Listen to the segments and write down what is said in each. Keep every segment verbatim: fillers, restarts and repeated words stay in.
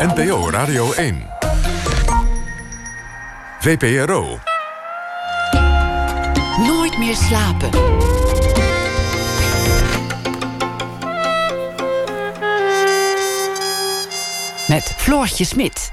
N P O Radio één. V P R O. Nooit meer slapen. Met Floortje Smit.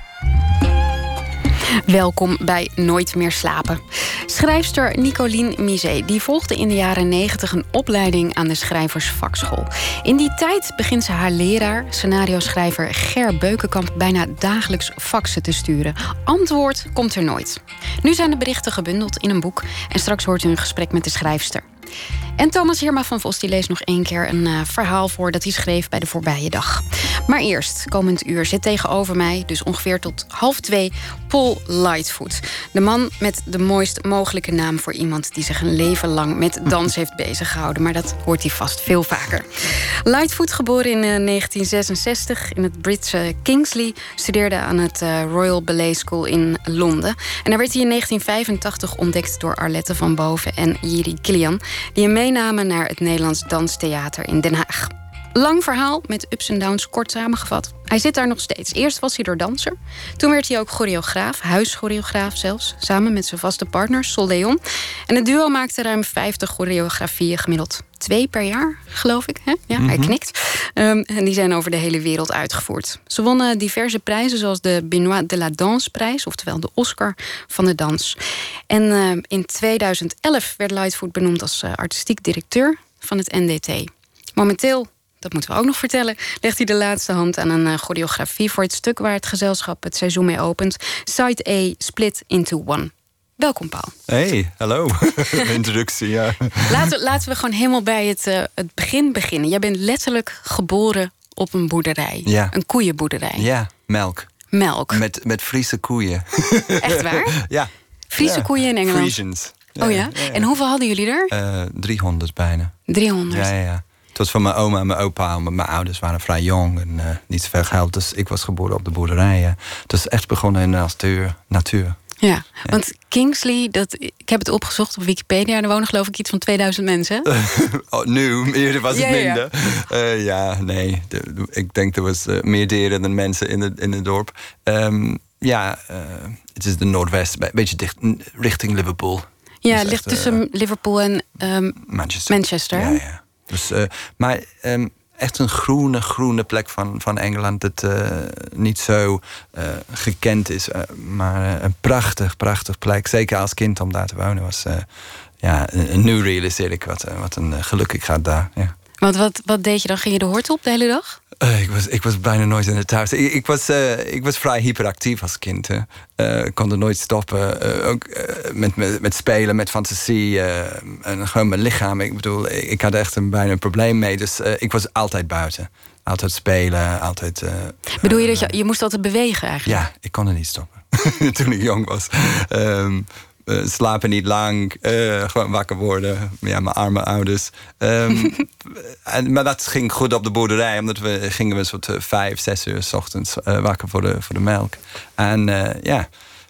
Welkom bij Nooit meer slapen. Schrijfster Nicolien Misé die volgde in de jaren negentig een opleiding aan de schrijversvakschool. In die tijd begint ze haar leraar, scenario-schrijver Ger Beukenkamp, bijna dagelijks faxen te sturen. Antwoord komt er nooit. Nu zijn de berichten gebundeld in een boek en straks hoort u een gesprek met de schrijfster. En Thomas Hirma van Vos die leest nog één keer een uh, verhaal voor dat hij schreef bij de voorbije dag. Maar eerst, komend uur, zit tegenover mij, dus ongeveer tot half twee, Paul Lightfoot. De man met de mooist mogelijke naam voor iemand die zich een leven lang met dans heeft beziggehouden. Maar dat hoort hij vast veel vaker. Lightfoot, geboren in uh, negentien zesenzestig in het Britse Kingsley, studeerde aan het uh, Royal Ballet School in Londen. En daar werd hij in negentien vijfentachtig ontdekt door Arlette van Boven en Jiri Kilian, die hem meenamen naar het Nederlands Danstheater in Den Haag. Lang verhaal met ups en downs, kort samengevat. Hij zit daar nog steeds. Eerst was hij er danser. Toen werd hij ook choreograaf, huischoreograaf zelfs, samen met zijn vaste partner Sol Leon. En het duo maakte ruim vijftig choreografieën, gemiddeld twee per jaar, geloof ik. Hè? Ja, mm-hmm. Hij knikt. Um, en die zijn over de hele wereld uitgevoerd. Ze wonnen diverse prijzen, zoals de Benoît de la Danse prijs, oftewel de Oscar van de dans. En uh, in tweeduizend elf werd Lightfoot benoemd als uh, artistiek directeur van het N D T. Momenteel, dat moeten we ook nog vertellen, legt hij de laatste hand aan een uh, choreografie voor het stuk waar het gezelschap het seizoen mee opent. Side A, Split into One. Welkom, Paul. Hey, hallo. Introductie, ja. Laten, laten we gewoon helemaal bij het, uh, het begin beginnen. Jij bent letterlijk geboren op een boerderij. Ja. Een koeienboerderij. Ja, melk. Melk. Met, met Friese koeien. Echt waar? Ja. Friese ja. koeien in Engeland? Friesians. Ja, oh ja? ja? ja? En hoeveel hadden jullie er? Uh, driehonderd bijna. driehonderd? Ja, ja, ja. Het was van mijn oma en mijn opa, omdat mijn ouders waren vrij jong en uh, niet zoveel geld. Dus ik was geboren op de boerderij. Ja. Het is echt begonnen in de natuur. natuur. Ja, ja, want Kingsley, dat, ik heb het opgezocht op Wikipedia. Er wonen geloof ik iets van tweeduizend mensen. oh, nu, eerder was het ja, minder. Ja, uh, ja nee. De, de, ik denk er was uh, meer dieren dan mensen in het, in het dorp. Um, ja, uh, het is de Noordwest, een beetje dicht, richting Liverpool. Ja, het ligt tussen uh, Liverpool en um, Manchester. Manchester. Ja, ja. Dus, uh, maar um, echt een groene, groene plek van, van Engeland dat uh, niet zo uh, gekend is. Uh, maar uh, een prachtig, prachtig plek. Zeker als kind om daar te wonen was. Uh, ja, nu realiseer ik wat, uh, wat een uh, geluk ik ga daar. Ja. Want wat, wat deed je dan? Ging je de hort op de hele dag? Uh, ik, was, ik was bijna nooit in het thuis. Ik, ik, was, uh, ik was vrij hyperactief als kind. Hè. Uh, ik kon er nooit stoppen. Uh, ook uh, met, met, met spelen, met fantasie. Uh, en gewoon mijn lichaam. Ik bedoel, ik, ik had echt een, bijna een probleem mee. Dus uh, ik was altijd buiten. Altijd spelen, altijd... Uh, Bedoel je dat je, je moest altijd bewegen eigenlijk? Ja, ik kon er niet stoppen. Toen ik jong was. Um, Uh, slapen niet lang, uh, gewoon wakker worden. Ja, mijn arme ouders. Um, en, maar dat ging goed op de boerderij, omdat we gingen we soort uh, vijf, zes uur 's ochtends uh, wakker voor de, voor de melk. En uh, ja,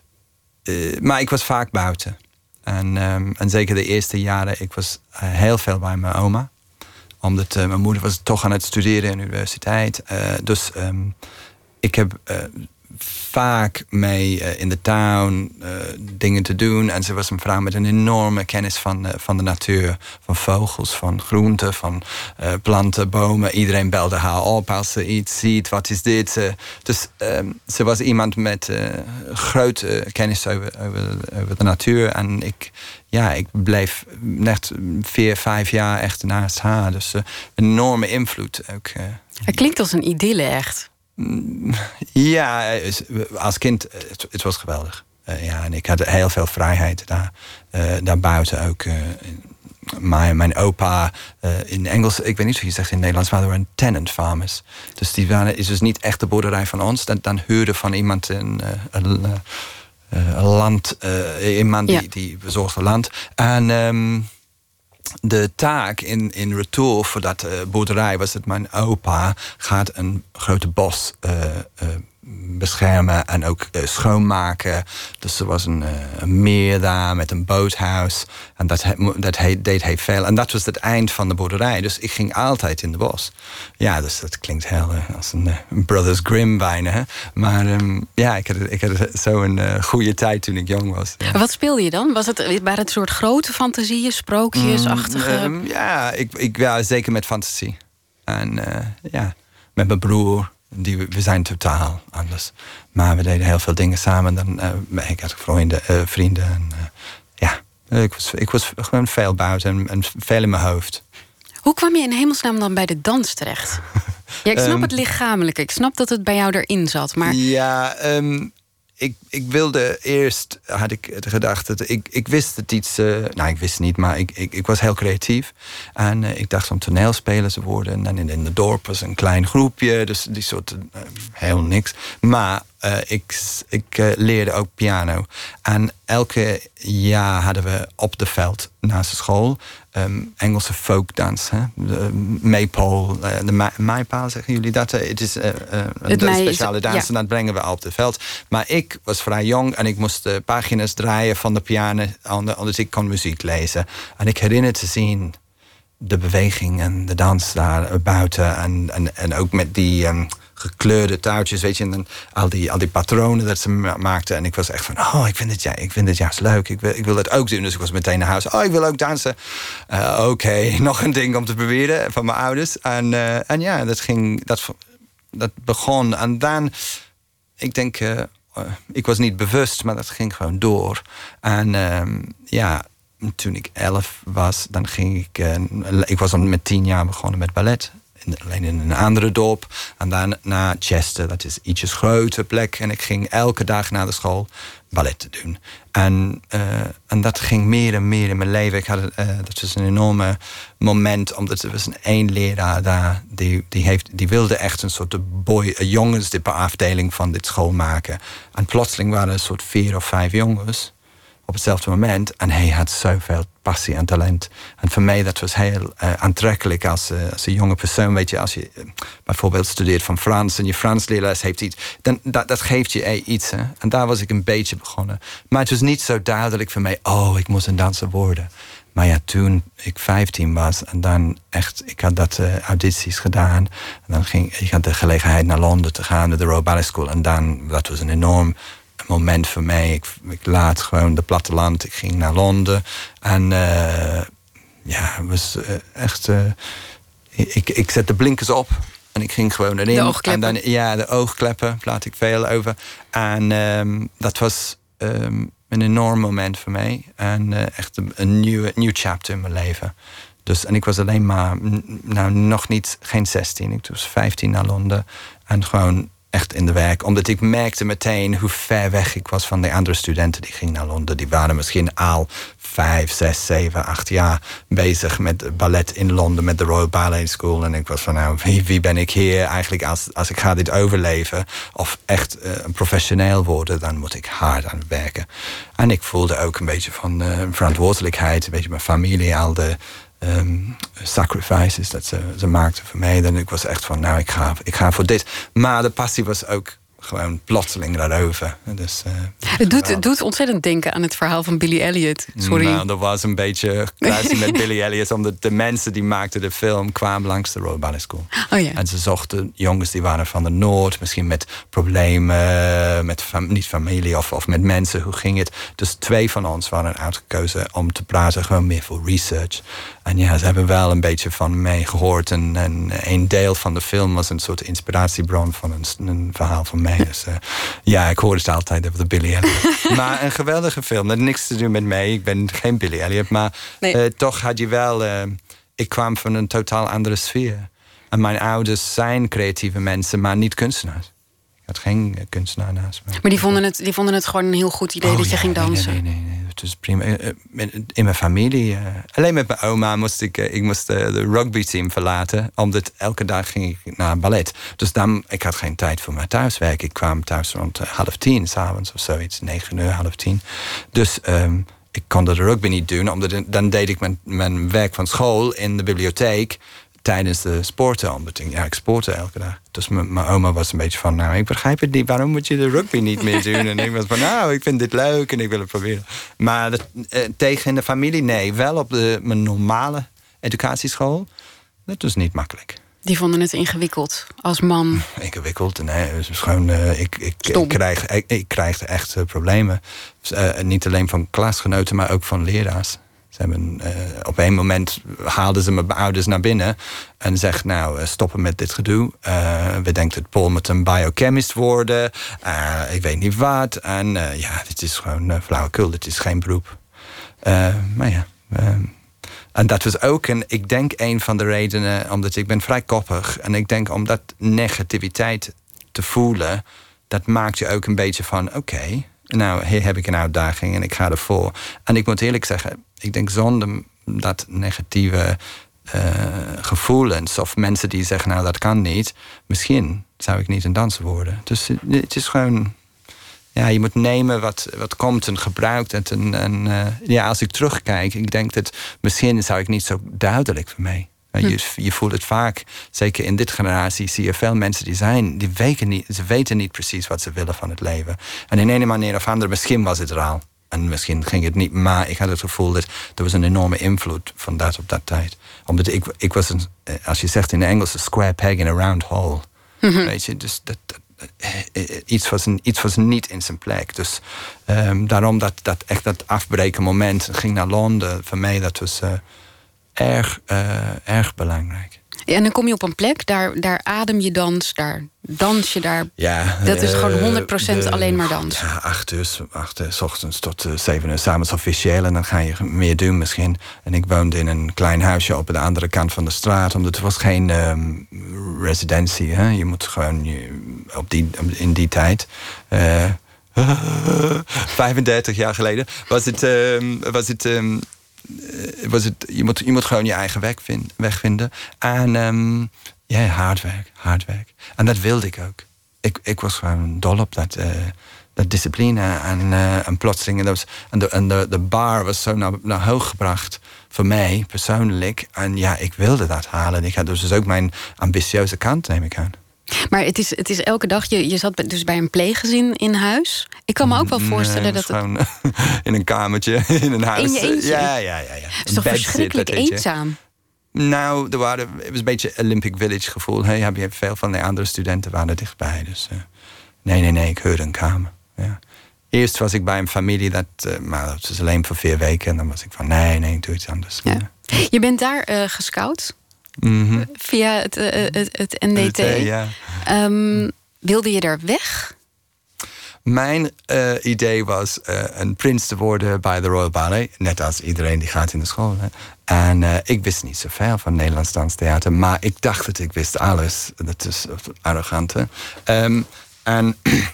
uh, maar ik was vaak buiten. En, um, en zeker de eerste jaren, ik was uh, heel veel bij mijn oma. Omdat uh, mijn moeder was toch aan het studeren in de universiteit. Uh, dus um, ik heb... Uh, vaak mee uh, in de tuin uh, dingen te doen. En ze was een vrouw met een enorme kennis van, uh, van de natuur. Van vogels, van groenten, van uh, planten, bomen. Iedereen belde haar op als ze iets ziet. Wat is dit? Uh, dus um, ze was iemand met uh, grote kennis over, over, over de natuur. En ik, ja, ik bleef net vier, vijf jaar echt naast haar. Dus uh, een enorme invloed ook. Uh. Het klinkt als een idylle echt. Ja, als kind, het, het was geweldig. Uh, ja, en ik had heel veel vrijheid daar, uh, daarbuiten ook. Uh, mijn, mijn opa uh, in Engels, ik weet niet hoe je zegt in Nederlands, waren we tenant farmers. Dus die waren, is dus niet echt de boerderij van ons. Dan, dan huurde van iemand een, een, een, een land, uh, iemand die, ja. die bezorgde land. En um, de taak in, in retour voor dat uh, boerderij was dat mijn opa gaat een grote bos uh, uh, beschermen en ook uh, schoonmaken. Dus er was een, uh, een meer daar met een boothuis. En dat, he, dat he, deed heel veel. En dat was het eind van de boerderij. Dus ik ging altijd in de bos. Ja, dus dat klinkt heel uh, als een uh, Brothers Grimm bijna. Hè? Maar um, ja, ik had, ik had zo'n uh, goede tijd toen ik jong was. Ja. Wat speelde je dan? Was het, waren het soort grote fantasieën, sprookjesachtige? Mm, um, ja, ik, ik, ja, zeker met fantasie. En uh, ja, met mijn broer. Die, we zijn totaal anders. Maar we deden heel veel dingen samen. Dan, uh, ik had vrienden. Uh, vrienden en, uh, ja, ik was, ik was gewoon veel buiten en, en veel in mijn hoofd. Hoe kwam je in hemelsnaam dan bij de dans terecht? Ja, ik snap um, het lichamelijke. Ik snap dat het bij jou erin zat. Maar... Ja, um, ik, ik wilde eerst, had ik gedacht, dat ik, ik wist het iets... Uh, nou, ik wist niet, maar ik, ik, ik was heel creatief. En uh, ik dacht om toneelspeler te worden. En dan in, in de dorp was een klein groepje. Dus die soort, uh, heel niks. Maar uh, ik, ik uh, leerde ook piano. En elke jaar hadden we op de veld naast de school... Um, Engelse folkdans, hè? De maypole, uh, de ma- maypole, zeggen jullie dat? Het is uh, uh, een mei speciale is, dans ja. En dat brengen we op het veld. Maar ik was vrij jong en ik moest de pagina's draaien van de piano, anders ik kon muziek lezen. En ik herinner te zien de beweging en de dans daar buiten en, en, en ook met die... Um, gekleurde touwtjes, weet je, en dan al die, al die patronen dat ze maakten. En ik was echt van, oh, ik vind het, ja, ik vind het juist leuk. Ik wil, ik wil dat ook doen. Dus ik was meteen naar huis. Oh, ik wil ook dansen. Uh, Oké, okay. Nog een ding om te proberen van mijn ouders. En, uh, en ja, dat ging, dat, dat begon. En dan, ik denk, uh, uh, ik was niet bewust, maar dat ging gewoon door. En uh, ja, toen ik elf was, dan ging ik, uh, ik was al met tien jaar begonnen met ballet. Alleen in een andere dorp. En dan naar Chester, dat is ietsjes grotere plek. En ik ging elke dag naar de school ballet te doen. En, uh, en dat ging meer en meer in mijn leven. Ik had, uh, dat was een enorme moment, omdat er was een één leraar daar... die, die, heeft, die wilde echt een soort boy, een jongensafdeling van dit school maken. En plotseling waren er een soort vier of vijf jongens... op hetzelfde moment. En hij had zoveel passie en talent. En voor mij dat was heel uh, aantrekkelijk als, uh, als een jonge persoon. Weet je, als je uh, bijvoorbeeld studeert van Frans... en je Frans lerares heeft iets... dan dat, dat geeft je uh, iets. Hè? En daar was ik een beetje begonnen. Maar het was niet zo duidelijk voor mij... oh, ik moest een danser worden. Maar ja, toen ik vijftien was... en dan echt, ik had dat uh, audities gedaan... en dan ging ik had de gelegenheid naar Londen te gaan... naar de Royal Ballet School. En dan, dat was een enorm... moment voor mij. Ik, ik laat gewoon de platteland. Ik ging naar Londen. En uh, ja, het was uh, echt... Uh, ik, ik zette blinkers op. En ik ging gewoon erin. De oogkleppen. En dan, ja, de oogkleppen. Praat ik veel over. En um, dat was um, een enorm moment voor mij. En uh, echt een, een nieuwe nieuw chapter in mijn leven. Dus, en ik was alleen maar... Nou, nog niet... Geen zestien. Ik was vijftien naar Londen. En gewoon... echt in de werk. Omdat ik merkte meteen hoe ver weg ik was van de andere studenten die gingen naar Londen. Die waren misschien al vijf, zes, zeven, acht jaar bezig met ballet in Londen met de Royal Ballet School. En ik was van, nou, wie, wie ben ik hier eigenlijk als, als ik ga dit overleven of echt uh, een professioneel worden, dan moet ik hard aan het werken. En ik voelde ook een beetje van uh, verantwoordelijkheid, een beetje mijn familie, al de Um, sacrifices dat ze, ze maakten voor mij. En ik was echt van, nou, ik ga, ik ga voor dit. Maar de passie was ook gewoon plotseling daarover. Dus, uh, het, doet, het doet ontzettend denken aan het verhaal van Billy Elliot. Sorry. Nou, er was een beetje kruising met Billy Elliot, omdat de mensen die maakten de film kwamen langs de Royal Ballet School. Oh, ja. En ze zochten jongens die waren van de Noord, misschien met problemen, met fam- niet familie of, of met mensen. Hoe ging het? Dus twee van ons waren uitgekozen om te praten, gewoon meer voor research. En ja, ze hebben wel een beetje van mij gehoord. En, en een deel van de film was een soort inspiratiebron van een, een verhaal van mij. Dus uh, ja, ik hoorde het altijd over de Billy Elliot. Maar een geweldige film. Dat had niks te doen met mij. Ik ben geen Billy Elliot. Maar nee. uh, toch had je wel... Uh, ik kwam van een totaal andere sfeer. En mijn ouders zijn creatieve mensen, maar niet kunstenaars. Ik had geen uh, kunstenaar naast me. Maar die vonden het, die vonden het gewoon een heel goed idee oh, dat je ja, ging dansen? Nee, nee, nee. nee. Het was prima. In mijn familie. Uh, alleen met mijn oma moest ik, uh, ik moest, uh, de rugbyteam verlaten. Omdat elke dag ging ik naar ballet. Dus dan, ik had geen tijd voor mijn thuiswerk. Ik kwam thuis rond uh, half tien, 's avonds of zoiets. Negen uur, half tien. Dus um, ik kon de rugby niet doen. Omdat dan deed ik mijn, mijn werk van school in de bibliotheek. tijdens de sporten, omdat ik, ja, ik sportte elke dag. Dus mijn oma was een beetje van, nou, ik begrijp het niet, waarom moet je de rugby niet meer doen? En ik was van, nou, ik vind dit leuk en ik wil het proberen. Maar dat, eh, tegen de familie, nee, wel op de, mijn normale educatieschool. Dat was niet makkelijk. Die vonden het ingewikkeld als man. Ingewikkeld, nee, het is gewoon, uh, ik, ik, ik, krijg, ik, ik krijg echt uh, problemen. Dus, uh, niet alleen van klasgenoten, maar ook van leraars. Ze hebben, uh, op een moment haalden ze mijn ouders naar binnen en zeggen, nou, uh, stoppen met dit gedoe. Uh, we denken dat Paul moet een biochemist worden. Uh, ik weet niet wat. En uh, ja, dit is gewoon uh, flauwekul, dit is geen beroep. Uh, maar ja... Uh, En dat was ook, een, ik denk, een van de redenen, omdat ik ben vrij koppig. En ik denk, om dat negativiteit te voelen, dat maakt je ook een beetje van, oké, okay, nou, hier heb ik een uitdaging en ik ga ervoor. En ik moet eerlijk zeggen, ik denk zonder dat negatieve uh, gevoelens, of mensen die zeggen, nou, dat kan niet, misschien zou ik niet een danser worden. Dus het is gewoon... Ja, je moet nemen wat, wat komt en gebruikt het. En, en uh, ja, als ik terugkijk, ik denk dat misschien zou ik niet zo duidelijk voor mij. Hm. Je, je voelt het vaak, zeker in dit generatie, zie je veel mensen die zijn, die weten niet, ze weten niet precies wat ze willen van het leven. En in een manier of andere, misschien was het er al. En misschien ging het niet, maar ik had het gevoel dat er was een enorme invloed van dat op dat tijd. Omdat ik, ik was een, als je zegt in het Engels, een square peg in a round hole. Mm-hmm. Weet je, dus dat, dat Iets was, iets was niet in zijn plek. Dus um, daarom dat, dat echt dat afbreken moment ging naar Londen. Voor mij dat was uh, erg, uh, erg belangrijk. Ja, en dan kom je op een plek, daar, daar adem je dans, daar dans je, daar... Ja, dat is uh, gewoon honderd procent de, alleen maar dans. Ja, acht uur, acht uur 's ochtends tot uh, zeven uur 's avonds officieel. En dan ga je meer doen misschien. En ik woonde in een klein huisje op de andere kant van de straat. Omdat er was geen um, residentie. Hè? Je moet gewoon je, op die, in die tijd... Uh, vijfendertig jaar geleden was het... Um, was het um, Was het, je, moet, je moet gewoon je eigen weg, vind, weg vinden. En um, ja, hard werk, hard werk. En dat wilde ik ook. Ik, ik was gewoon dol op dat, uh, dat discipline. En, uh, en plotseling, en, dat was, en, de, en de, de bar was zo naar, naar hoog gebracht voor mij, persoonlijk. En ja, ik wilde dat halen. Ik had dus, dus ook mijn ambitieuze kant, neem ik aan. Maar het is, het is elke dag, je, je zat dus bij een pleeggezin in huis. Ik kan me ook wel voorstellen nee, dat... Het... Gewoon in een kamertje, in een huis. In je eentje? Ja, ja, ja. ja. Het is toch verschrikkelijk zit, eenzaam? Nou, er waren, het was een beetje Olympic Village gevoel. Hey, heb je veel van de andere studenten waren er dichtbij. Dus uh, nee, nee, nee, ik huurde een kamer. Ja. Eerst was ik bij een familie, dat, uh, maar dat was alleen voor vier weken. En dan was ik van, nee, nee, ik doe iets anders. Ja. Je bent daar uh, gescout? Mm-hmm. Via het, uh, het, het N D T. N D T, ja. Um, wilde je daar weg? Mijn uh, idee was uh, een prins te worden bij de Royal Ballet. Net als iedereen die gaat in de school. Hè. En uh, ik wist niet zoveel van Nederlands danstheater. Maar ik dacht dat ik wist alles. Dat is arrogant, hè. Um, en...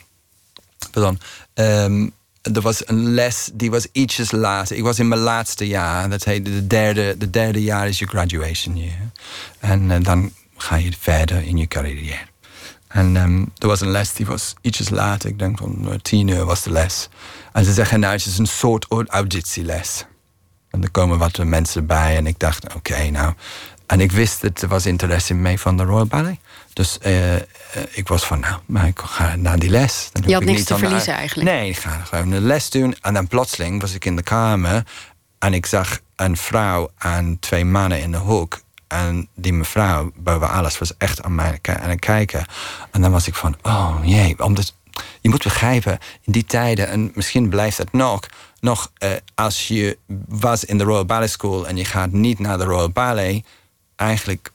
pardon. Um, Er was een les, die was ietsjes later. Ik was in mijn laatste jaar. Dat heette de derde, de derde jaar is je graduation year. En uh, dan ga je verder in je carrière. En um, er was een les, die was ietsjes later. Ik denk van uh, tien uur was de les. En ze zeggen, nou, het is een soort auditieles. En er komen wat mensen bij. En ik dacht, oké, okay, nou... En ik wist dat er was interesse in mij van de Royal Ballet. Dus uh, uh, ik was van, nou, maar ik ga naar die les. Dan je had niks niet te verliezen naar, eigenlijk? Nee, ik ga gewoon een les doen. En dan plotseling was ik in de kamer. En ik zag een vrouw en twee mannen in de hoek. En die mevrouw, boven alles, was echt aan mij aan het kijken. En dan was ik van, oh jee. Omdat, je moet begrijpen, in die tijden, en misschien blijft het nog... nog uh, als je was in de Royal Ballet School en je gaat niet naar de Royal Ballet... eigenlijk,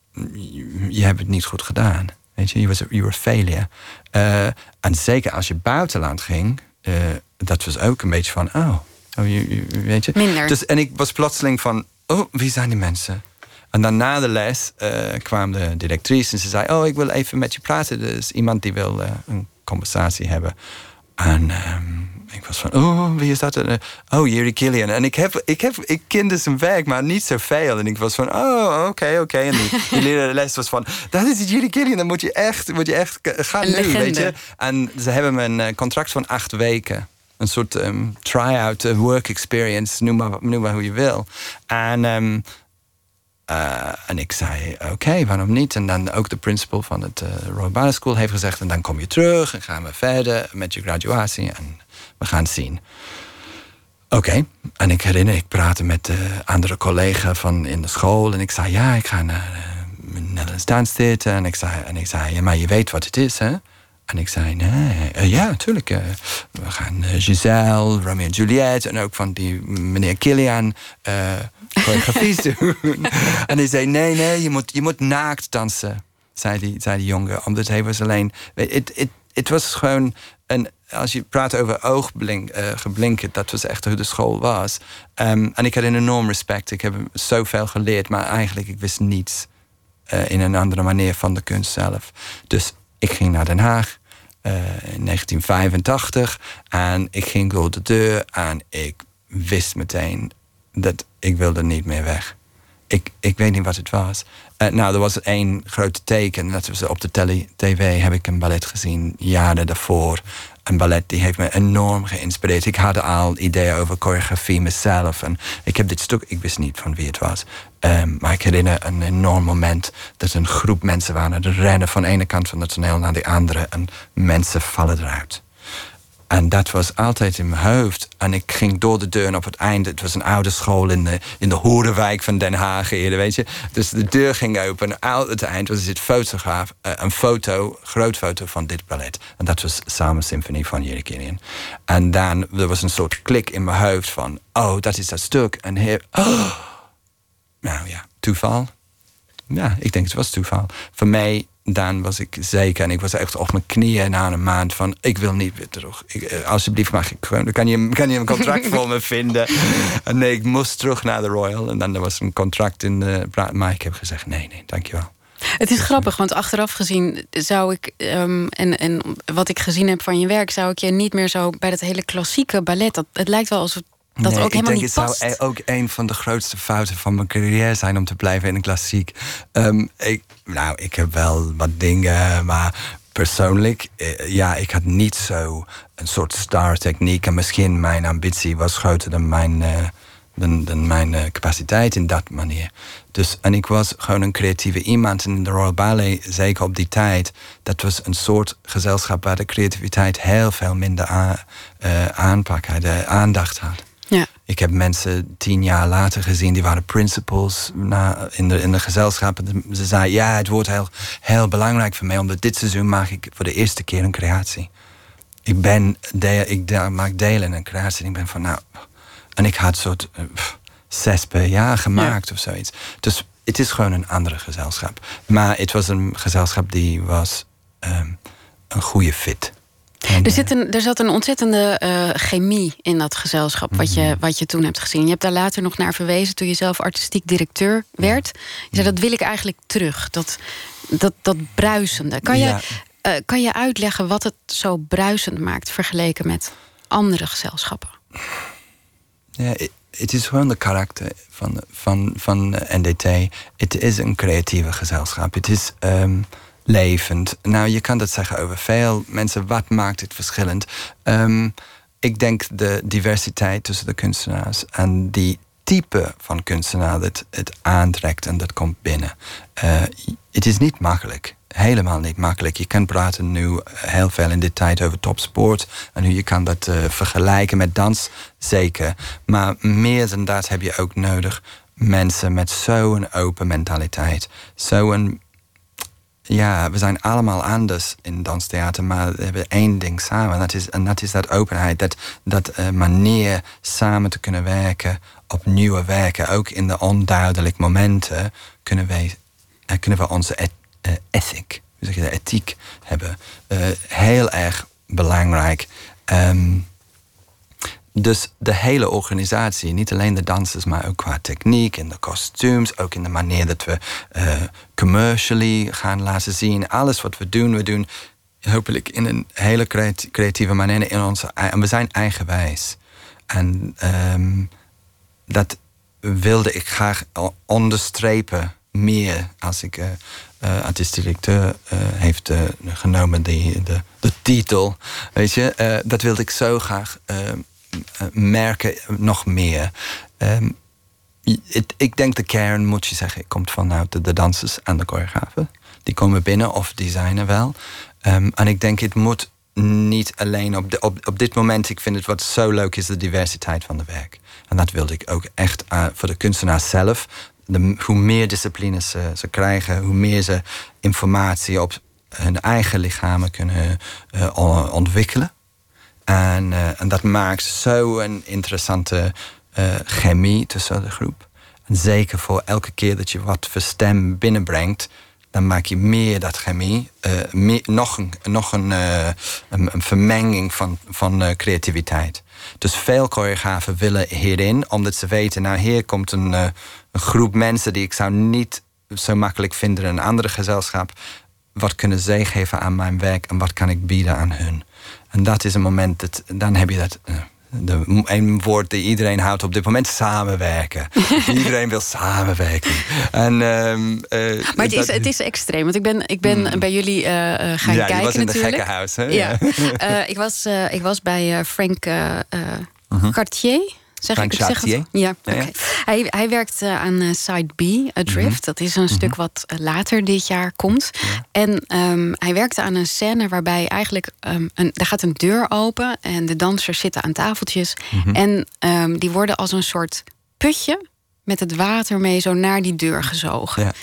je, je hebt het niet goed gedaan. Weet je, je was you were a failure. Uh, en zeker als je buitenland ging, uh, dat was ook een beetje van, oh, oh je, je, weet je. Minder. Dus, en ik was plotseling van, oh, wie zijn die mensen? En dan na de les uh, kwam de directrice en ze zei, oh, ik wil even met je praten. Er is iemand die wil uh, een conversatie hebben. En um, ik was van, oh, wie is dat? Oh, Yuri Gillian. En ik, heb, ik, heb, ik kende zijn werk, maar niet zoveel. En ik was van, oh, oké, okay, oké. Okay. En die, die lerares was van, dat is Yuri Gillian. Dan moet je echt, moet je echt gaan nu, weet je. En ze hebben me een contract van acht weken. Een soort um, try-out, uh, work experience, noem maar, noem maar hoe je wil. En... Um, Uh, en ik zei, oké, okay, waarom niet? En dan ook de principal van het uh, Royal Ballet School heeft gezegd... en dan kom je terug en gaan we verder met je graduatie... en we gaan zien. Oké, okay. En ik herinner, ik praatte met de andere collega van in de school... en ik zei, ja, ik ga naar uh, Nederlands Danstheater. En ik zei, en ik zei, ja, maar je weet wat het is, hè? En ik zei, nee, uh, ja, natuurlijk. Uh, we gaan uh, Giselle, Romeo en Juliet... en ook van die meneer Kilian... Uh, choreografies doen. En hij zei, nee, nee, je moet, je moet naakt dansen, zei die, zei die jongen. Omdat hij was alleen... Het was gewoon... Een, als je praat over ooggeblinken, uh, dat was echt hoe de school was. Um, en ik had een enorm respect. Ik heb zoveel geleerd, maar eigenlijk ik wist niets uh, in een andere manier van de kunst zelf. Dus ik ging naar Den Haag uh, in negentien vijfentachtig en ik ging door de deur en ik wist meteen dat ik wilde niet meer weg. Ik, ik weet niet wat het was. Uh, nou, er was één grote teken. Dat was op de tele, tv heb ik een ballet gezien jaren daarvoor. Een ballet die heeft me enorm geïnspireerd. Ik had al ideeën over choreografie mezelf. En ik heb dit stuk, ik wist niet van wie het was. Um, maar ik herinner een enorm moment dat een groep mensen waren. De rennen van de ene kant van het toneel naar de andere. En mensen vallen eruit. En dat was altijd in mijn hoofd. En ik ging door de deur en op het einde... Het was een oude school in de, in de Horenwijk van Den Haag eerder, weet je. Dus de deur ging open en aan het eind was dit fotograaf... Uh, een foto, groot foto van dit ballet. En dat was Summer Symphony van Jerry Kilian. En dan, er was een soort klik in mijn hoofd van... Oh, dat is dat stuk. En hier... Oh. Nou ja, toeval. Ja, ik denk het was toeval. Voor mij... Dan was ik zeker, en ik was echt op mijn knieën na een maand van... ik wil niet weer terug. Ik, alsjeblieft mag ik gewoon... Kan je, kan je een contract voor me vinden? En nee, ik moest terug naar de Royal. En dan er was een contract in de... Maar ik heb gezegd, nee, nee, dankjewel. Het is grappig, want achteraf gezien zou ik... Um, en, en wat ik gezien heb van je werk... zou ik je niet meer zo bij dat hele klassieke ballet... Dat, het lijkt wel alsof dat nee, ook helemaal niet niet past. Ik denk het zou ook een van de grootste fouten van mijn carrière zijn... om te blijven in een klassiek. Um, ik, nou, ik heb wel wat dingen, maar persoonlijk... Eh, ja, ik had niet zo een soort star-techniek... en misschien mijn ambitie was groter dan mijn... Uh, Dan, dan mijn uh, capaciteit in dat manier. Dus, en ik was gewoon een creatieve iemand. En in de Royal Ballet, zeker op die tijd... dat was een soort gezelschap waar de creativiteit... heel veel minder aan, uh, aanpak had, uh, aandacht had. Ja. Ik heb mensen tien jaar later gezien... die waren principals na, in, de, in de gezelschap. En ze zeiden, ja, het wordt heel, heel belangrijk voor mij... omdat dit seizoen maak ik voor de eerste keer een creatie. Ik, ben de, ik de, maak deel in een creatie. En ik ben van, nou... En ik had soort uh, zes per jaar gemaakt ja. of zoiets. Dus het is gewoon een andere gezelschap. Maar het was een gezelschap die was um, een goede fit. En, er, zit een, er zat een ontzettende uh, chemie in dat gezelschap wat, mm-hmm. je, wat je toen hebt gezien. Je hebt daar later nog naar verwezen toen je zelf artistiek directeur werd. Je zei, dat wil ik eigenlijk terug. Dat, dat, dat bruisende. Kan je, ja. uh, kan je uitleggen wat het zo bruisend maakt... vergeleken met andere gezelschappen? Ja, het is gewoon de karakter van, van, van N D T. Het is een creatieve gezelschap. Het is um, levend. Nou, je kan dat zeggen over veel mensen. Wat maakt het verschillend? Um, ik denk de diversiteit tussen de kunstenaars... en die type van kunstenaar dat het aantrekt en dat komt binnen. Uh, het is niet makkelijk. Helemaal niet makkelijk. Je kan praten nu heel veel in dit tijd over topsport... en hoe je kan dat uh, vergelijken met dans, zeker. Maar meer dan dat heb je ook nodig. Mensen met zo'n open mentaliteit. Zo'n... Ja, we zijn allemaal anders in danstheater... maar we hebben één ding samen. En dat is, en dat, is dat openheid, dat, dat uh, manier samen te kunnen werken... op nieuwe werken. Ook in de onduidelijke momenten kunnen, wij, uh, kunnen we onze... Et- Uh, ethic, hoe zeg je dat, ethiek hebben. Uh, heel erg belangrijk. Um, dus de hele organisatie, niet alleen de dansers... maar ook qua techniek en de kostuums... ook in de manier dat we uh, commercially gaan laten zien. Alles wat we doen, we doen hopelijk in een hele creatieve manier... in onze, en we zijn eigenwijs. En um, dat wilde ik graag onderstrepen... meer als ik uh, uh, artistiek directeur uh, heeft uh, genomen die, de, de titel. Weet je, uh, dat wilde ik zo graag uh, uh, merken, nog meer. Um, het, ik denk de kern, moet je zeggen, komt vanuit de, de dansers en de choreografen. Die komen binnen of designen wel. Um, en ik denk, het moet niet alleen op, de, op, op dit moment. Ik vind het wat zo leuk is, de diversiteit van de werk. En dat wilde ik ook echt uh, voor de kunstenaars zelf. De, hoe meer disciplines ze, ze krijgen, hoe meer ze informatie op hun eigen lichamen kunnen uh, ontwikkelen. En, uh, en dat maakt zo een interessante uh, chemie tussen de groep. En zeker voor elke keer dat je wat voor stem binnenbrengt, dan maak je meer dat chemie. Uh, meer, nog een, nog een, uh, een, een vermenging van, van uh, creativiteit. Dus veel choreografen willen hierin, omdat ze weten, nou hier komt een, uh, een groep mensen die ik zou niet zo makkelijk vinden in een andere gezelschap. Wat kunnen zij geven aan mijn werk en wat kan ik bieden aan hun? En dat is een moment, dat, dan heb je dat... Uh, De, een woord die iedereen houdt op dit moment, samenwerken. Iedereen wil samenwerken. En, um, uh, maar het is, het is extreem, want ik ben, ik ben mm. bij jullie uh, gaan ja, kijken natuurlijk. Ja, je was in het gekkenhuis, hè? Ja. uh, ik, was, uh, ik was bij uh, Frank uh, uh-huh. Cartier. Zeg Frank ik het? Zeg het? Ja, okay. ja, ja. Hij, hij werkt uh, aan uh, Side B, Adrift. Mm-hmm. Dat is een mm-hmm. stuk wat uh, later dit jaar komt. Ja. En um, hij werkte aan een scène waarbij eigenlijk... Um, een, er gaat een deur open en de dansers zitten aan tafeltjes. Mm-hmm. En um, die worden als een soort putje met het water mee zo naar die deur gezogen. Ja.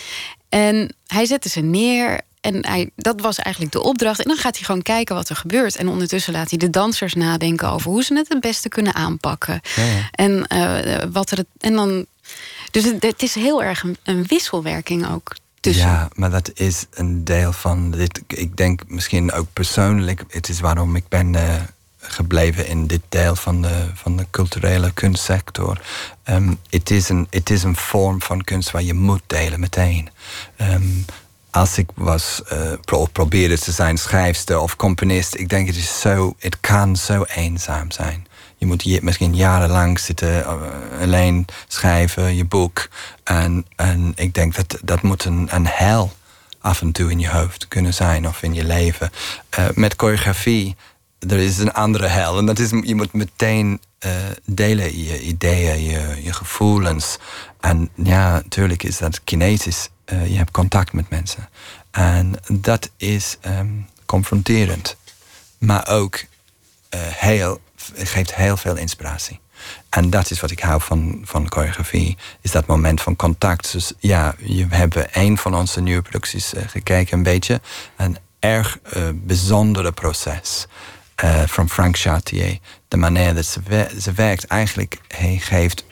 En hij zette ze neer... En hij, dat was eigenlijk de opdracht. En dan gaat hij gewoon kijken wat er gebeurt. En ondertussen laat hij de dansers nadenken over hoe ze het het beste kunnen aanpakken. Ja, ja. En, uh, wat er het, en dan. Dus het, het is heel erg een, een wisselwerking ook tussen. Ja, maar dat is een deel van dit. Ik denk misschien ook persoonlijk. Het is waarom ik ben uh, gebleven in dit deel van de, van de culturele kunstsector. Um, het, is een, het is een vorm van kunst waar je moet delen meteen. Um, Als ik was, uh, pro- probeerde te zijn schrijfster of componist, ik denk het is zo, het kan zo eenzaam zijn. Je moet je, misschien jarenlang zitten, uh, alleen schrijven, je boek. En, en ik denk dat dat moet een, een hel af en toe in je hoofd kunnen zijn of in je leven. Uh, met choreografie, er is een andere hel. En dat is, je moet meteen uh, delen je ideeën, je, je gevoelens. En ja, natuurlijk is dat kinetisch. Uh, je hebt contact met mensen. En dat is um, confronterend. Maar ook uh, heel, geeft heel veel inspiratie. En dat is wat ik hou van, van choreografie. Is dat moment van contact. Dus ja, we hebben een van onze nieuwe producties uh, gekeken een beetje. Een erg uh, bijzondere proces. Uh, van Frank Chartier. De manier dat ze, wer- ze werkt. Eigenlijk, hij geeft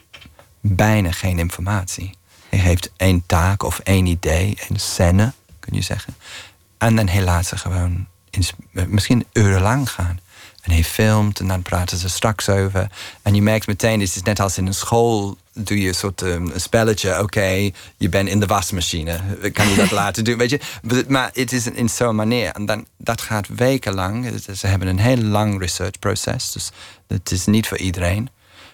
bijna geen informatie. Hij heeft één taak of één idee, een scène, kun je zeggen. En dan hij laat ze gewoon ins- misschien urenlang gaan. En hij filmt en dan praten ze straks over. En je merkt meteen, het is net als in een school, doe je een soort um, een spelletje. Oké, okay, je bent in de wasmachine. Kan je dat laten doen? Weet je? Maar het is in zo'n manier. En dan, dat gaat wekenlang. Ze hebben een heel lang researchproces. Dus het is niet voor iedereen.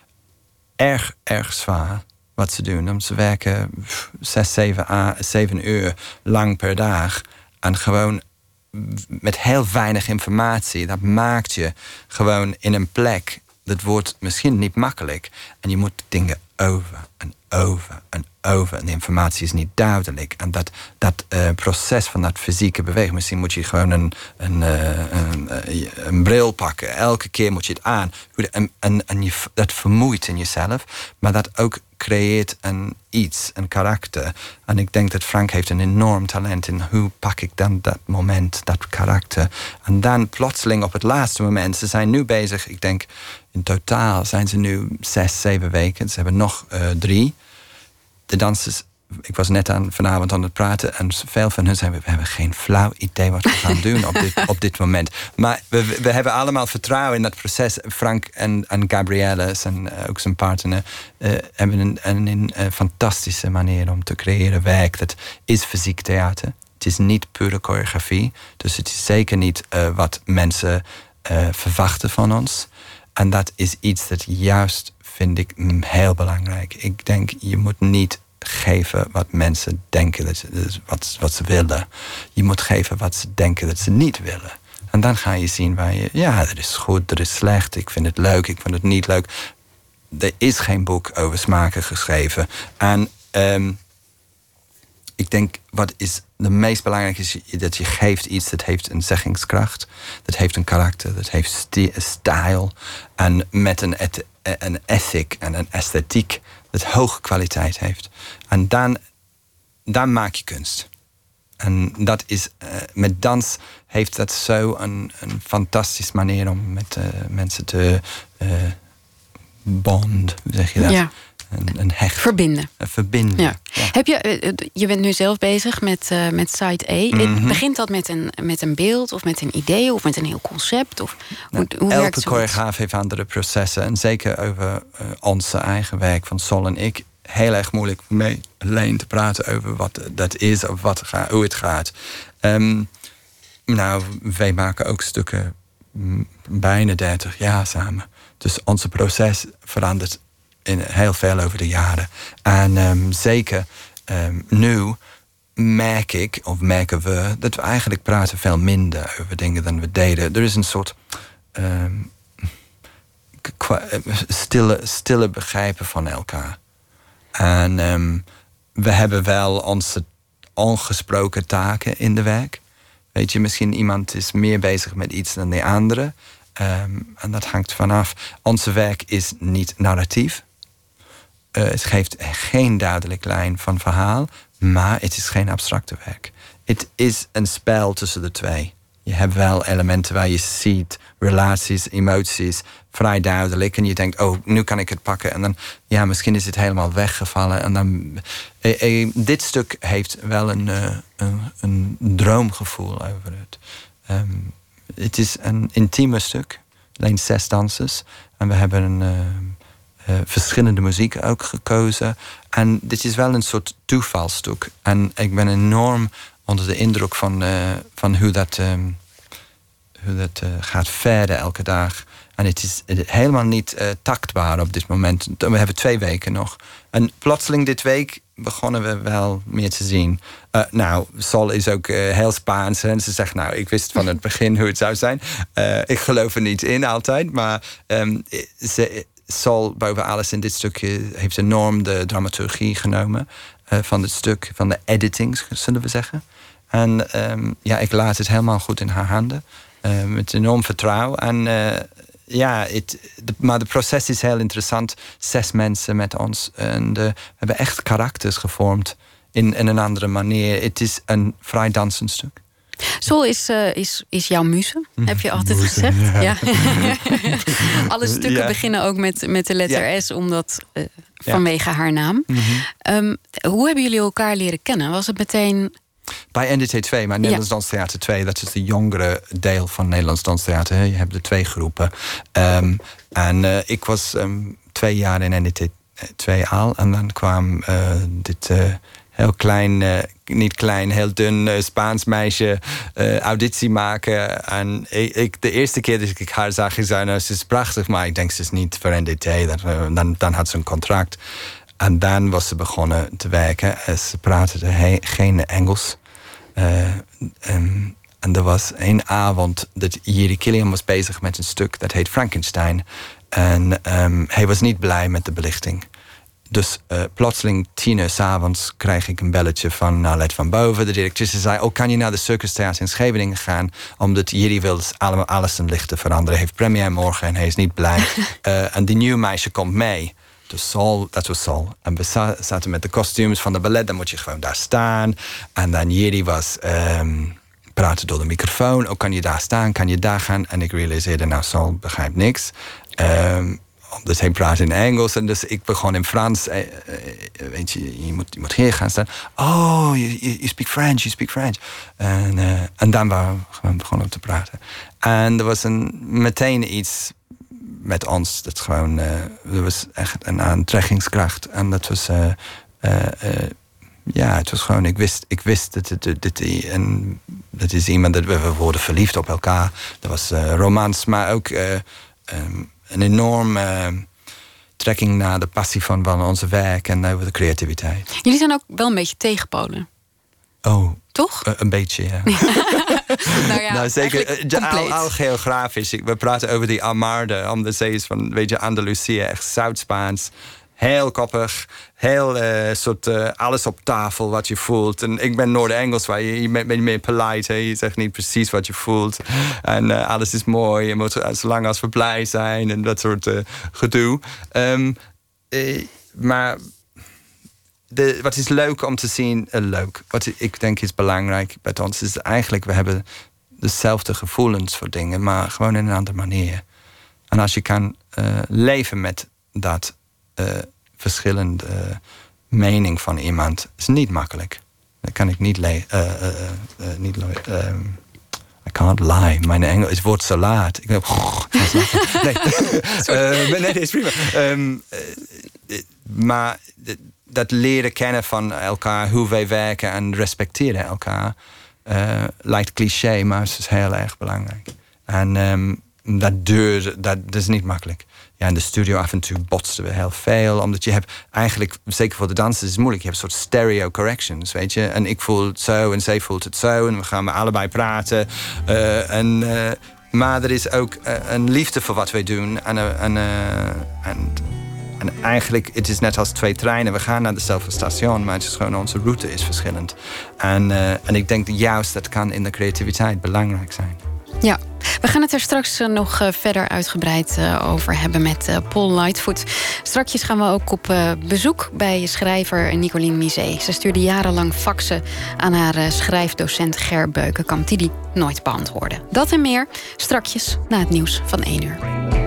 Erg, erg zwaar. Wat ze doen. Om ze werken zes, zeven, a, zeven uur lang per dag. En gewoon met heel weinig informatie. Dat maakt je gewoon in een plek. Dat wordt misschien niet makkelijk. En je moet dingen over en over en over. En de informatie is niet duidelijk. En dat, dat uh, proces van dat fysieke beweging. Misschien moet je gewoon een, een, uh, een, uh, een bril pakken. Elke keer moet je het aan. En, en, en je, dat vermoeit in jezelf. Maar dat ook creëert een iets, een karakter. En ik denk dat Frank heeft een enorm talent in hoe pak ik dan dat moment, dat karakter. En dan plotseling op het laatste moment, ze zijn nu bezig, ik denk in totaal zijn ze nu zes, zeven weken. Ze hebben nog uh, drie. De dansers, ik was net aan, vanavond aan het praten en veel van hen zeiden, we hebben geen flauw idee wat we gaan doen op dit, op dit moment. Maar we, we hebben allemaal vertrouwen in dat proces. Frank en, en Gabrielle, zijn, uh, ook zijn partner, uh, hebben een, een, een, een fantastische manier om te creëren werk. Dat is fysiek theater. Het is niet pure choreografie. Dus het is zeker niet uh, wat mensen uh, verwachten van ons. En dat is iets dat juist, vind ik, heel belangrijk. Ik denk, je moet niet geven wat mensen denken dat ze, wat, wat ze willen. Je moet geven wat ze denken dat ze niet willen. En dan ga je zien waar je, ja, dat is goed, dat is slecht, ik vind het leuk, ik vind het niet leuk. er is geen boek over smaken geschreven. En um, ik denk, wat is de meest belangrijke is dat je geeft iets dat heeft een zeggingskracht. Dat heeft een karakter, dat heeft sti- stijl. En met een, et- een ethic en een esthetiek dat hoge kwaliteit heeft. En dan, dan maak je kunst. En dat is, uh, met dans heeft dat zo een, een fantastische manier om met uh, mensen te uh, bond, hoe zeg je dat? Ja. Een, een hecht. Verbinden. Een verbinden. Ja. Ja. Heb je, je bent nu zelf bezig met, uh, met Site A. Mm-hmm. Begint dat met een, met een beeld of met een idee of met een heel concept? Of, nou, hoe, hoe elke werkt choreograaf heeft andere processen. En zeker over uh, onze eigen werk van Sol en ik. Heel erg moeilijk voor mij alleen te praten over wat dat is of wat ga, hoe het gaat. Um, nou, wij maken ook stukken m, bijna dertig jaar samen. Dus onze proces verandert in heel veel over de jaren. En um, zeker um, nu merk ik, of merken we, dat we eigenlijk praten veel minder over dingen dan we deden. Er is een soort um, stille, stille begrijpen van elkaar. En um, we hebben wel onze ongesproken taken in de werk. Weet je, misschien iemand is meer bezig met iets dan de andere. Um, en dat hangt vanaf. Onze werk is niet narratief. Uh, het geeft geen duidelijke lijn van verhaal. Maar het is geen abstracte werk. Het is een spel tussen de twee. Je hebt wel elementen waar je ziet relaties, emoties vrij duidelijk. En je denkt, oh, nu kan ik het pakken. En dan, ja, misschien is het helemaal weggevallen. En dan, eh, eh, dit stuk heeft wel een, uh, een, een droomgevoel over het. Um, het is een intieme stuk. Alleen zes dansers. En we hebben een uh, uh, verschillende muziek ook gekozen. En dit is wel een soort toevalstuk. En ik ben enorm onder de indruk van, uh, van hoe dat, um, hoe dat uh, gaat verder elke dag. En het is helemaal niet uh, taktbaar op dit moment. We hebben twee weken nog. En plotseling dit week begonnen we wel meer te zien. Uh, nou, Sol is ook uh, heel Spaans. En ze zegt, nou, ik wist van het begin hoe het zou zijn. Uh, ik geloof er niet in altijd. Maar um, ze, Sol, boven alles in dit stukje, heeft enorm de dramaturgie genomen. Uh, van het stuk, van de editing, zullen we zeggen. En um, ja, ik laat het helemaal goed in haar handen. Uh, met enorm vertrouwen. En uh, ja, het, de, maar het proces is heel interessant. Zes mensen met ons. En de, we hebben echt karakters gevormd in, in een andere manier. Het is een vrij dansend stuk. Sol is, uh, is, is jouw muze, heb je altijd muze, gezegd. Ja. Ja. Alle stukken ja. beginnen ook met, met de letter Ja. S, omdat uh, vanwege ja. haar naam. Mm-hmm. Um, hoe hebben jullie elkaar leren kennen? Was het meteen... Bij N D T twee, maar Nederlands ja. Danstheater twee... dat is de jongere deel van Nederlands Danstheater. Je hebt de twee groepen. Um, en uh, ik was um, twee jaar in N D T twee al. En dan kwam uh, dit uh, heel klein... Uh, niet klein, heel dun uh, Spaans meisje uh, auditie maken. En ik, ik, de eerste keer dat ik haar zag, ik zei, nou, ze is prachtig... maar ik denk, ze is niet voor N D T. Dan, dan, dan had ze een contract... En dan was ze begonnen te werken. Ze praatte he- geen Engels. Uh, um, en er was één avond dat Jiri Killian was bezig met een stuk dat heet Frankenstein. En um, hij was niet blij met de belichting. Dus uh, plotseling tien uur 's avonds krijg ik een belletje van Alet van Boven. De directrice zei, oh, kan je naar de Circus Theater in Scheveningen gaan? Omdat Jiri wil allemaal alles een licht te veranderen. Hij heeft première morgen en hij is niet blij. uh, en die nieuwe meisje komt mee. Dus Sol, dat was Sol. En we zaten met de kostuums van de ballet. Dan moet je gewoon daar staan. En dan Jiri was um, praten door de microfoon. Ook kan je daar staan, kan je daar gaan. En ik realiseerde, nou, Sol begrijpt niks. Um, dus hij praat in Engels. En dus ik begon in Frans. Uh, uh, weet je, je moet, je moet hier gaan staan. Oh, you, you speak French, you speak French. En, uh, en dan waren we gewoon begonnen te praten. En er was een, meteen iets... met ons, dat gewoon, uh, er was echt een aantrekkingskracht. En dat was, uh, uh, uh, ja, het was gewoon, ik wist, ik wist dat het, dat, dat, en dat is iemand, dat we, we worden verliefd op elkaar. Dat was uh, romans, maar ook uh, um, een enorme uh, trekking naar de passie van, van onze werk en over de creativiteit. Jullie zijn ook wel een beetje tegenpolen. Oh. Toch? Uh, een beetje, ja. nou ja, nou, zeker. Uh, al, al geografisch. We praten over die Almarde, om de zee van, weet je, Andalusië, echt Zuid-Spaans. Heel koppig, heel uh, soort uh, alles op tafel wat je voelt. En ik ben Noord-Engels, waar je, je bent meer polite. Hè? Je zegt niet precies wat je voelt. En uh, alles is mooi, je moet, zolang als we blij zijn en dat soort uh, gedoe. Um, uh, maar de, wat is leuk om te zien, uh, leuk. Wat ik denk is belangrijk bij ons is eigenlijk, we hebben dezelfde gevoelens voor dingen, maar gewoon in een andere manier. En als je kan uh, leven met dat Uh, verschillende uh, mening van iemand is niet makkelijk. Dat kan ik niet lezen. Uh, uh, uh, niet uh, I can't lie. Mijn Engels is woord salaat. Ik denk, oh, nee. uh, nee, dat is prima. Um, uh, maar dat leren kennen van elkaar, hoe wij werken en respecteren elkaar, uh, lijkt cliché, maar het is heel erg belangrijk. En um, dat duurt, dat, dat is niet makkelijk. Ja, in de studio af en toe botsten we heel veel. Omdat je hebt eigenlijk, zeker voor de dansers is het moeilijk. Je hebt een soort stereo corrections, weet je. En ik voel het zo en zij voelt het zo. En we gaan met allebei praten. Uh, en, uh, maar er is ook uh, een liefde voor wat wij doen. En, uh, en, uh, en, en eigenlijk, het is net als twee treinen. We gaan naar dezelfde station, maar het is gewoon onze route is verschillend. En, uh, en ik denk dat juist dat kan in de creativiteit belangrijk zijn. Ja, we gaan het er straks uh, nog uh, verder uitgebreid uh, over hebben met uh, Paul Lightfoot. Strakjes gaan we ook op uh, bezoek bij schrijver Nicolien Misé. Ze stuurde jarenlang faxen aan haar uh, schrijfdocent Ger Beukenkamp, die die nooit beantwoordde. Dat en meer strakjes na het nieuws van één uur.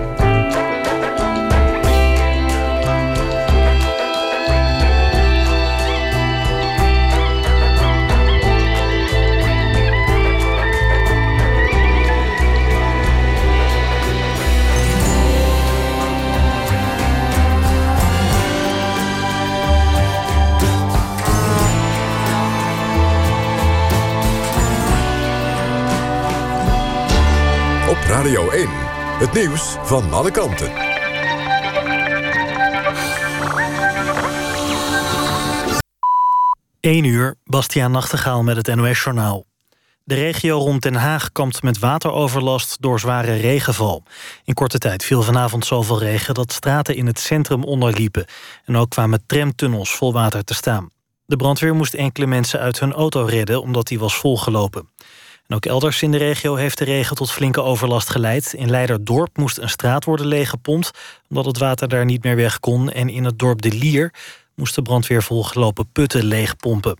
Op Radio één, het nieuws van alle kanten. één uur, Bastiaan Nachtegaal met het N O S-journaal. De regio rond Den Haag kampt met wateroverlast door zware regenval. In korte tijd viel vanavond zoveel regen dat straten in het centrum onderliepen. En ook kwamen tramtunnels vol water te staan. De brandweer moest enkele mensen uit hun auto redden omdat die was volgelopen. En ook elders in de regio heeft de regen tot flinke overlast geleid. In Leiderdorp moest een straat worden leeggepompt omdat het water daar niet meer weg kon. En in het dorp De Lier moest de brandweer volgelopen putten leegpompen.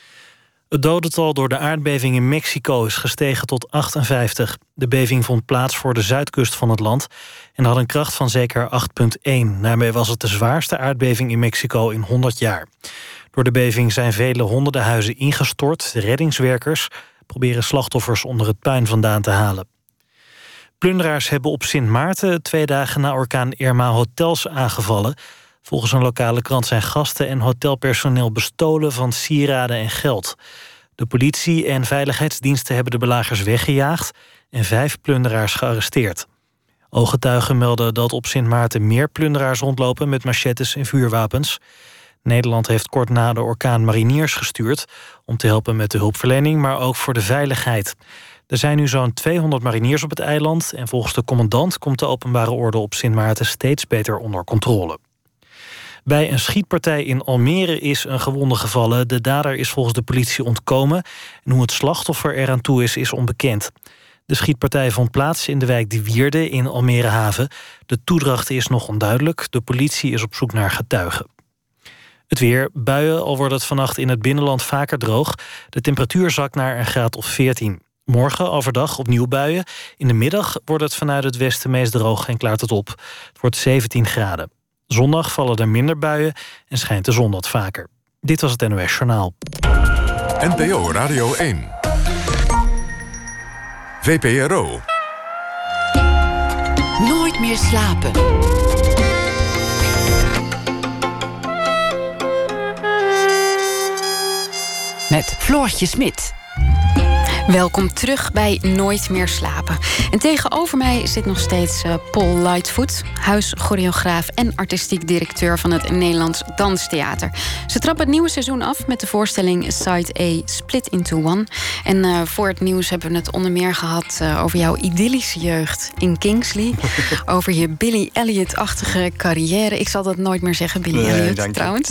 Het dodental door de aardbeving in Mexico is gestegen tot achtenvijftig. De beving vond plaats voor de zuidkust van het land en had een kracht van zeker acht komma één. Daarmee was het de zwaarste aardbeving in Mexico in honderd jaar. Door de beving zijn vele honderden huizen ingestort. De reddingswerkers proberen slachtoffers onder het puin vandaan te halen. Plunderaars hebben op Sint Maarten twee dagen na orkaan Irma hotels aangevallen. Volgens een lokale krant zijn gasten en hotelpersoneel bestolen van sieraden en geld. De politie en veiligheidsdiensten hebben de belagers weggejaagd en vijf plunderaars gearresteerd. Ooggetuigen melden dat op Sint Maarten meer plunderaars rondlopen met machetes en vuurwapens. Nederland heeft kort na de orkaan mariniers gestuurd om te helpen met de hulpverlening, maar ook voor de veiligheid. Er zijn nu zo'n tweehonderd mariniers op het eiland en volgens de commandant komt de openbare orde op Sint Maarten steeds beter onder controle. Bij een schietpartij in Almere is een gewonde gevallen. De dader is volgens de politie ontkomen en hoe het slachtoffer eraan toe is, is onbekend. De schietpartij vond plaats in de wijk De Wierde in Almere Haven. De toedracht is nog onduidelijk. De politie is op zoek naar getuigen. Het weer, buien, al wordt het vannacht in het binnenland vaker droog. De temperatuur zakt naar een graad of veertien. Morgen overdag opnieuw buien. In de middag wordt het vanuit het westen meest droog en klaart het op. Het wordt zeventien graden. Zondag vallen er minder buien en schijnt de zon wat vaker. Dit was het N O S Journaal. N P O Radio één. V P R O. Nooit meer slapen. Met Floortje Smit. Welkom terug bij Nooit meer slapen. En tegenover mij zit nog steeds uh, Paul Lightfoot, huischoreograaf en artistiek directeur van het Nederlands Danstheater. Ze trappen het nieuwe seizoen af met de voorstelling Side A Split into One. En uh, voor het nieuws hebben we het onder meer gehad uh, over jouw idyllische jeugd in Kingsley. Over je Billy Elliot-achtige carrière. Ik zal dat nooit meer zeggen, Billy nee, Elliot, trouwens.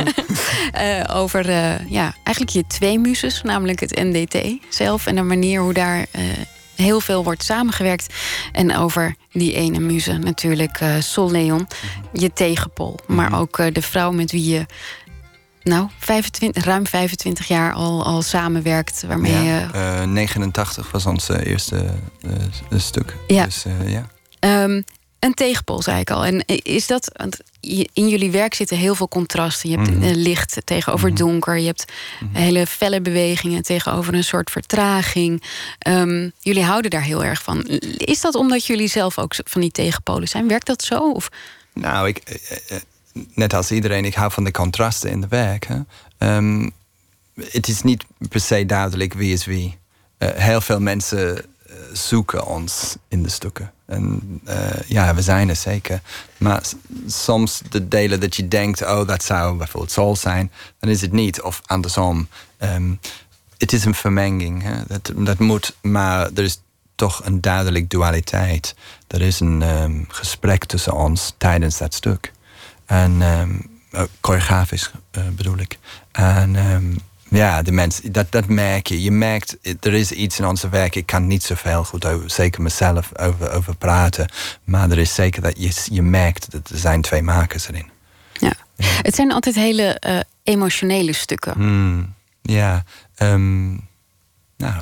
uh, over uh, ja, eigenlijk je twee muzes, namelijk het N D T zelf en de manier hoe daar uh, heel veel wordt samengewerkt. En over die ene muze natuurlijk, uh, Sol Leon, je tegenpol. Maar mm-hmm. ook uh, de vrouw met wie je nou, vijfentwintig, ruim vijfentwintig jaar al, al samenwerkt. Waarmee ja, je... Uh, negenentachtig was ons uh, eerste uh, stuk. Ja. Dus, uh, ja. Um, een tegenpol, zei ik al. En is dat... In jullie werk zitten heel veel contrasten. Je hebt mm-hmm. licht tegenover mm-hmm. donker. Je hebt mm-hmm. hele felle bewegingen tegenover een soort vertraging. Um, jullie houden daar heel erg van. Is dat omdat jullie zelf ook van die tegenpolen zijn? Werkt dat zo? Of? Nou, ik, net als iedereen, ik hou van de contrasten in de werk. Hè? Um, het is niet per se duidelijk wie is wie. Uh, heel veel mensen zoeken ons in de stukken. En uh, ja, we zijn er zeker. Maar soms de delen dat je denkt, oh, dat zou bijvoorbeeld Sol zijn, dan is het niet. Of andersom. Um, het is een vermenging. Hè? Dat, dat moet, maar er is toch een duidelijk dualiteit. Er is een um, gesprek tussen ons tijdens dat stuk. En um, uh, choreografisch uh, bedoel ik. En um, ja, de mensen, dat, dat merk je. Je merkt, er is iets in onze werk. Ik kan niet zoveel goed over, zeker mezelf, over, over praten. Maar er is zeker dat je, je merkt dat er zijn twee makers erin. Ja. Ja. Het zijn altijd hele uh, emotionele stukken. Hmm, ja, um, nou,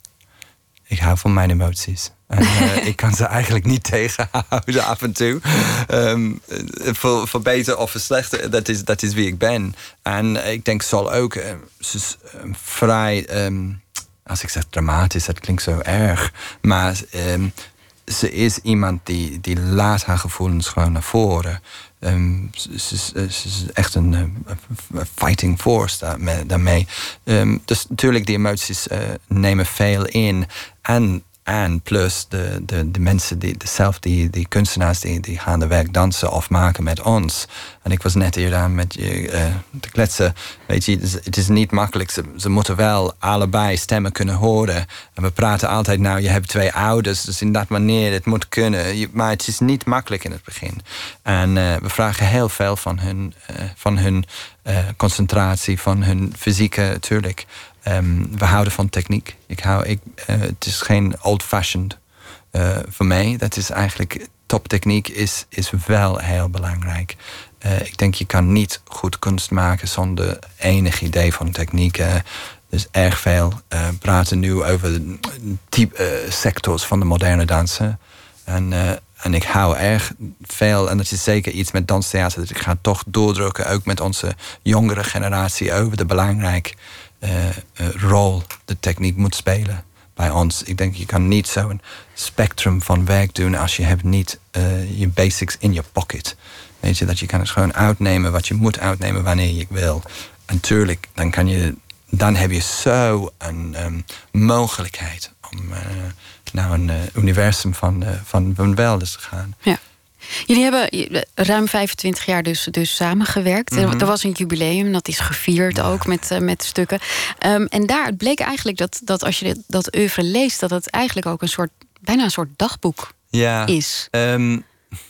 ik hou van mijn emoties. En, uh, ik kan ze eigenlijk niet tegenhouden af en toe. Um, voor, voor beter of voor slechter, dat is, dat is wie ik ben. En ik denk Sol ook. Uh, ze is uh, vrij, um, als ik zeg dramatisch, dat klinkt zo erg. Maar um, ze is iemand die, die laat haar gevoelens gewoon naar voren. Um, ze, ze, ze is echt een uh, fighting force daarmee. daarmee. Um, dus natuurlijk, die emoties uh, nemen veel in. En En plus de, de, de mensen, die, de zelf die, die kunstenaars, die, die gaan de werk dansen of maken met ons. En ik was net eerder aan met je uh, te kletsen. Weet je, het is niet makkelijk. Ze, ze moeten wel allebei stemmen kunnen horen. En we praten altijd, nou, je hebt twee ouders, dus in dat manier, het moet kunnen. Je, maar het is niet makkelijk in het begin. En uh, we vragen heel veel van hun, uh, van hun uh, concentratie, van hun fysieke, natuurlijk. Um, we houden van techniek. Ik hou, ik, uh, het is geen old-fashioned uh, voor mij. Dat is eigenlijk, toptechniek is, is wel heel belangrijk. Uh, ik denk, je kan niet goed kunst maken zonder enig idee van techniek. Uh, dus erg veel uh, praten nu over type, uh, sectors van de moderne dansen. En, uh, en ik hou erg veel, en dat is zeker iets met danstheater, dat ik ga toch doordrukken, ook met onze jongere generatie, over de belangrijke Uh, uh, rol de techniek moet spelen bij ons. Ik denk, je kan niet zo'n spectrum van werk doen als je hebt niet uh, je basics in je pocket. Weet je, dat je kan het gewoon uitnemen wat je moet uitnemen wanneer je wil. En tuurlijk, dan kan je, dan heb je zo een um, mogelijkheid om uh, naar een uh, universum van, uh, van, van weldes te gaan. Ja. Jullie hebben ruim vijfentwintig jaar dus, dus samengewerkt. Mm-hmm. Er was een jubileum, dat is gevierd ja. ook met, uh, met stukken. Um, en daar het bleek eigenlijk dat, dat als je dit, dat oeuvre leest, dat het eigenlijk ook een soort, bijna een soort dagboek ja. is. Um,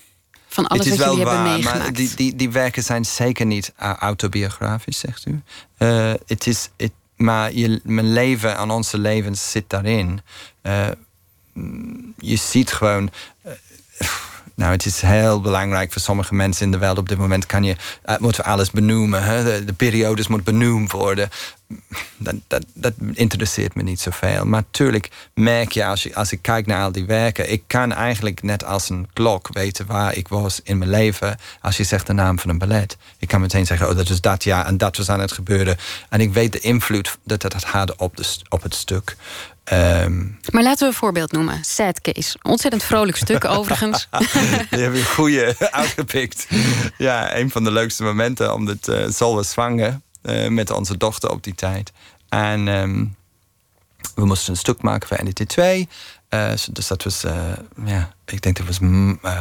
van alles wat jullie waar, hebben meegemaakt. Maar die, die, die werken zijn zeker niet autobiografisch, zegt u. Uh, het is, het, maar je, mijn leven en onze levens zit daarin. Uh, je ziet gewoon. Uh, Nou, het is heel belangrijk voor sommige mensen in de wereld op dit moment. Kan je, uh, moeten we alles benoemen. Hè? De, de periodes moeten benoemd worden. Dat, dat, dat interesseert me niet zoveel. Maar natuurlijk merk je als, je, als ik kijk naar al die werken, ik kan eigenlijk net als een klok weten waar ik was in mijn leven. Als je zegt de naam van een ballet. Ik kan meteen zeggen, oh, dat is dat jaar en dat was aan het gebeuren. En ik weet de invloed dat dat had op, de, op het stuk. Um, maar laten we een voorbeeld noemen. Sad Case. Ontzettend vrolijk stuk overigens. Je hebt een goede uitgepikt. Ja, een van de leukste momenten. Omdat uh, Sol was zwanger uh, met onze dochter op die tijd. En um, we moesten een stuk maken voor N D T twee. Uh, dus dat was, uh, ja, ik denk dat was uh,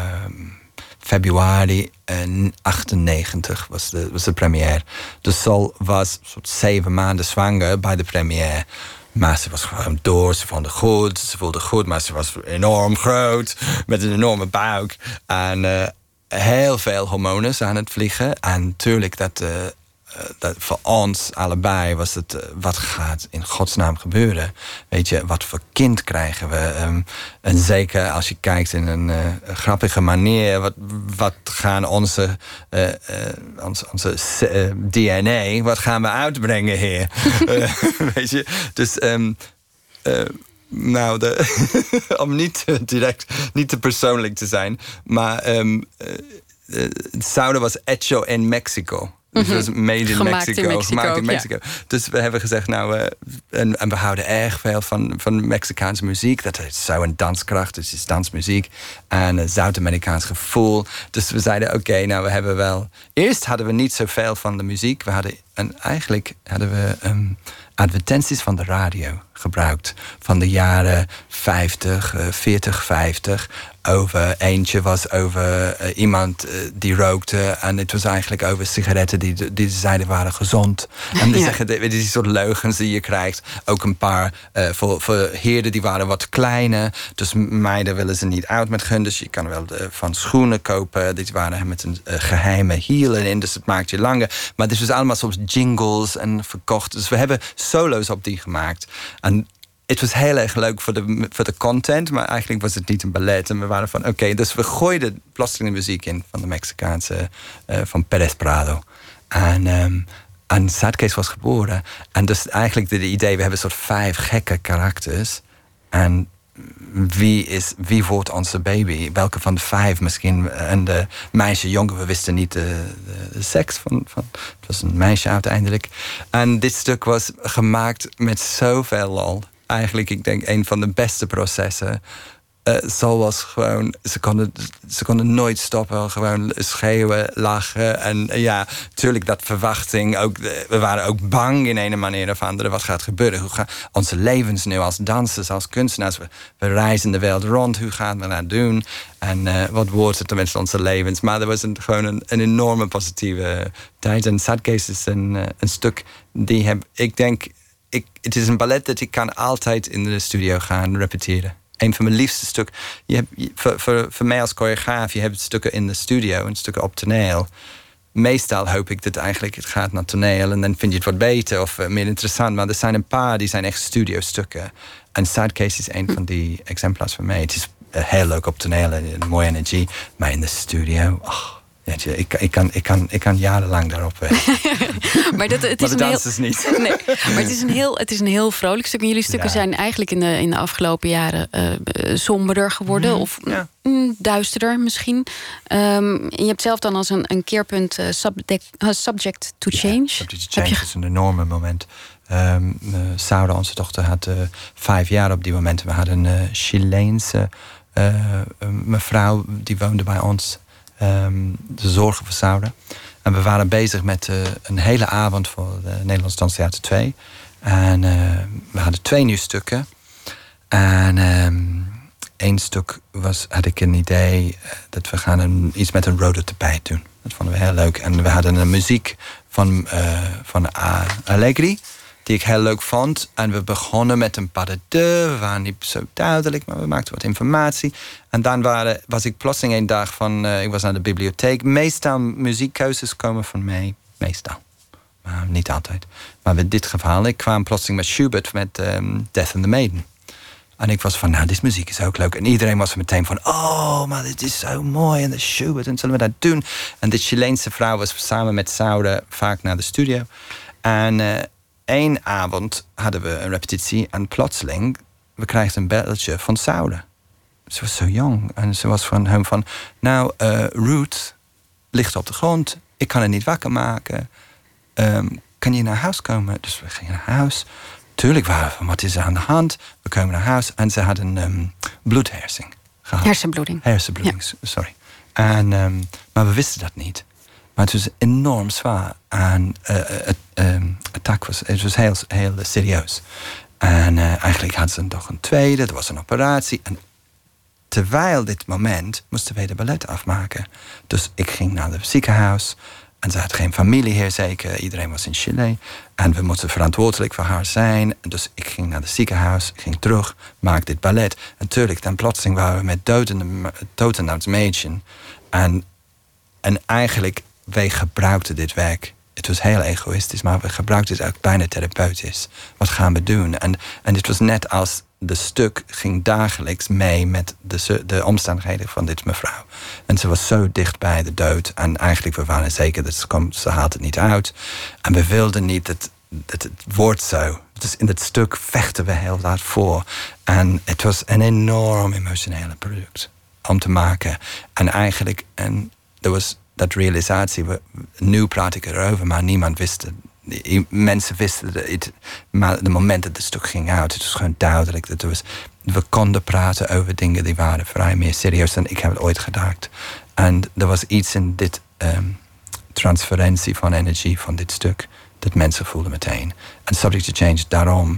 februari achtennegentig was de, was de première. Dus Sol was soort zeven maanden zwanger bij de première. Maar ze was gewoon door, ze vond het goed, ze voelde goed, maar ze was enorm groot, met een enorme buik. En uh, heel veel hormonen aan het vliegen. En natuurlijk, dat, uh, dat voor ons allebei was het, uh, wat gaat in godsnaam gebeuren? Weet je, wat voor kind krijgen we? Um, en zeker als je kijkt in een uh, grappige manier, wat, wat gaan onze, uh, uh, onze, onze uh, D N A, wat gaan we uitbrengen hier? uh, weet je, dus... Um, uh, Nou, de, om niet direct, niet te persoonlijk te zijn. Maar um, uh, Saude was hecho in Mexico. Dus het was made in gemaakt Mexico. In Mexico gemaakt in ja. Mexico. Dus we hebben gezegd, nou, uh, en, en we houden erg veel van, van Mexicaanse muziek. Dat is zo een danskracht, dus het is dansmuziek. En een Zuid-Amerikaans gevoel. Dus we zeiden, oké, okay, nou, we hebben wel... Eerst hadden we niet zoveel van de muziek. We hadden, en eigenlijk hadden we um, advertenties van de radio gebruikt. Van de jaren vijftig, veertig, vijftig. Over eentje was over uh, iemand uh, die rookte. En het was eigenlijk over sigaretten die, die zeiden waren gezond. En die ja. zeggen, die, die soort leugens die je krijgt. Ook een paar uh, voor, voor heren die waren wat kleiner. Dus meiden willen ze niet oud met gun. Dus je kan wel uh, van schoenen kopen. Die waren met een uh, geheime hiel in. Dus het maakt je langer. Maar dit was allemaal soms jingles en verkocht. Dus we hebben solo's op die gemaakt. En het was heel erg leuk voor de, voor de content, maar eigenlijk was het niet een ballet. En we waren van, oké, okay, dus we gooiden plotseling de muziek in van de Mexicaanse, uh, van Pérez Prado. En, um, en Sadkees was geboren. En dus eigenlijk de idee, we hebben een soort vijf gekke karakters. En wie, is, wie wordt onze baby? Welke van de vijf misschien? En de meisje, jongen, we wisten niet de, de, de seks van, van... Het was een meisje uiteindelijk. En dit stuk was gemaakt met zoveel lol. Eigenlijk, ik denk, een van de beste processen. Uh, Sol was gewoon... Ze konden, ze konden nooit stoppen. Gewoon schreeuwen, lachen. En uh, ja, natuurlijk dat verwachting. Ook, uh, we waren ook bang in een manier of andere. Wat gaat gebeuren? Hoe gaan onze levens nu als dansers, als kunstenaars? We, we reizen de wereld rond. Hoe gaan we dat doen? En uh, wat wordt het met onze levens? Maar er was een, gewoon een, een enorme positieve tijd. En Sadkees is een, uh, een stuk die heb... Ik denk... Ik, het is een ballet dat ik kan altijd in de studio gaan repeteren. Een van mijn liefste stukken. Je hebt, je, voor, voor, voor mij als choreograaf, je hebt stukken in de studio en stukken op toneel. Meestal hoop ik dat eigenlijk het gaat naar toneel en dan vind je het wat beter of uh, meer interessant. Maar er zijn een paar die zijn echt studiostukken. En Sadkees is een van die exemplars voor mij. Het is uh, heel leuk op toneel en een mooie energie. Maar in de studio... Oh. Ja, ik, ik, kan, ik, kan, ik kan jarenlang daarop werken. maar dat, het maar is de een dans heel, is niet. Nee, maar het is, een heel, het is een heel vrolijk stuk. En jullie stukken ja. zijn eigenlijk in de, in de afgelopen jaren uh, somberder geworden. Mm, of ja. mm, duisterder misschien. Um, je hebt zelf dan als een, een keerpunt uh, subject, uh, subject to change. Ja, subject to change je... is een enorme moment. Um, uh, Saude, onze dochter, had uh, vijf jaar op die moment. We hadden een uh, Chileense uh, uh, mevrouw die woonde bij ons... Um, de zorgen voor Saude. En we waren bezig met uh, een hele avond voor de Nederlands Danstheater twee. En uh, we hadden twee nieuwe stukken. En um, één stuk was, had ik een idee uh, dat we gaan een, iets met een rode tapijt doen. Dat vonden we heel leuk. En we hadden een muziek van, uh, van uh, Allegri, die ik heel leuk vond. En we begonnen met een pas de deux. We waren niet zo duidelijk, maar we maakten wat informatie. En dan waren, was ik plotseling een dag van... Uh, ik was naar de bibliotheek. Meestal muziekkeuzes komen van mij. Meestal. Maar niet altijd. Maar in dit geval, ik kwam plotseling met Schubert... met um, Death and the Maiden. En ik was van, nou, dit muziek is ook leuk. En iedereen was meteen van, oh, maar dit is zo mooi. En de Schubert, en zullen we dat doen? En de Chileense vrouw was samen met Saude vaak naar de studio. En... Uh, Eén avond hadden we een repetitie en plotseling... we krijgen een belletje van Saude. Ze was zo jong. En ze was van hem van... nou, uh, Ruth ligt op de grond. Ik kan haar niet wakker maken. Um, kan je naar huis komen? Dus we gingen naar huis. Tuurlijk waren we van, wat is er aan de hand? We komen naar huis en ze had een um, bloedhersing gehad. Hersenbloeding. Hersenbloeding, ja. sorry. En, um, maar we wisten dat niet. Maar het was enorm zwaar. En uh, het uh, um, attack was, het was heel, heel serieus. En uh, eigenlijk hadden ze nog een tweede, er was een operatie. En terwijl dit moment moesten wij de ballet afmaken. Dus ik ging naar het ziekenhuis. En ze had geen familie hier zeker. Iedereen was in Chile. En we moesten verantwoordelijk voor haar zijn. Dus ik ging naar het ziekenhuis. Ik ging terug. Maakte dit ballet. En natuurlijk, dan plotseling waren we met doden aan het meisje. En, en eigenlijk, wij gebruikten dit werk. Het was heel egoïstisch, maar we gebruikten het ook bijna therapeutisch. Wat gaan we doen? En, en dit was net als de stuk ging dagelijks mee met de, de omstandigheden van dit mevrouw. En ze was zo dicht bij de dood. En eigenlijk, we waren zeker dat ze, kwam, ze haalt het niet uit. En we wilden niet dat, dat het wordt zo. Dus in het stuk vechten we heel hard voor. En het was een enorm emotionele product om te maken. En eigenlijk, en er was dat realisatie, we, nu praat ik erover, maar niemand wist het. Mensen wisten het, maar de moment dat het stuk ging uit, het was gewoon duidelijk dat er was, we konden praten over dingen die waren vrij meer serieus dan ik heb het ooit gedacht. En er was iets in dit um, transferentie van energie van dit stuk dat mensen voelden meteen. En Subject to Change daarom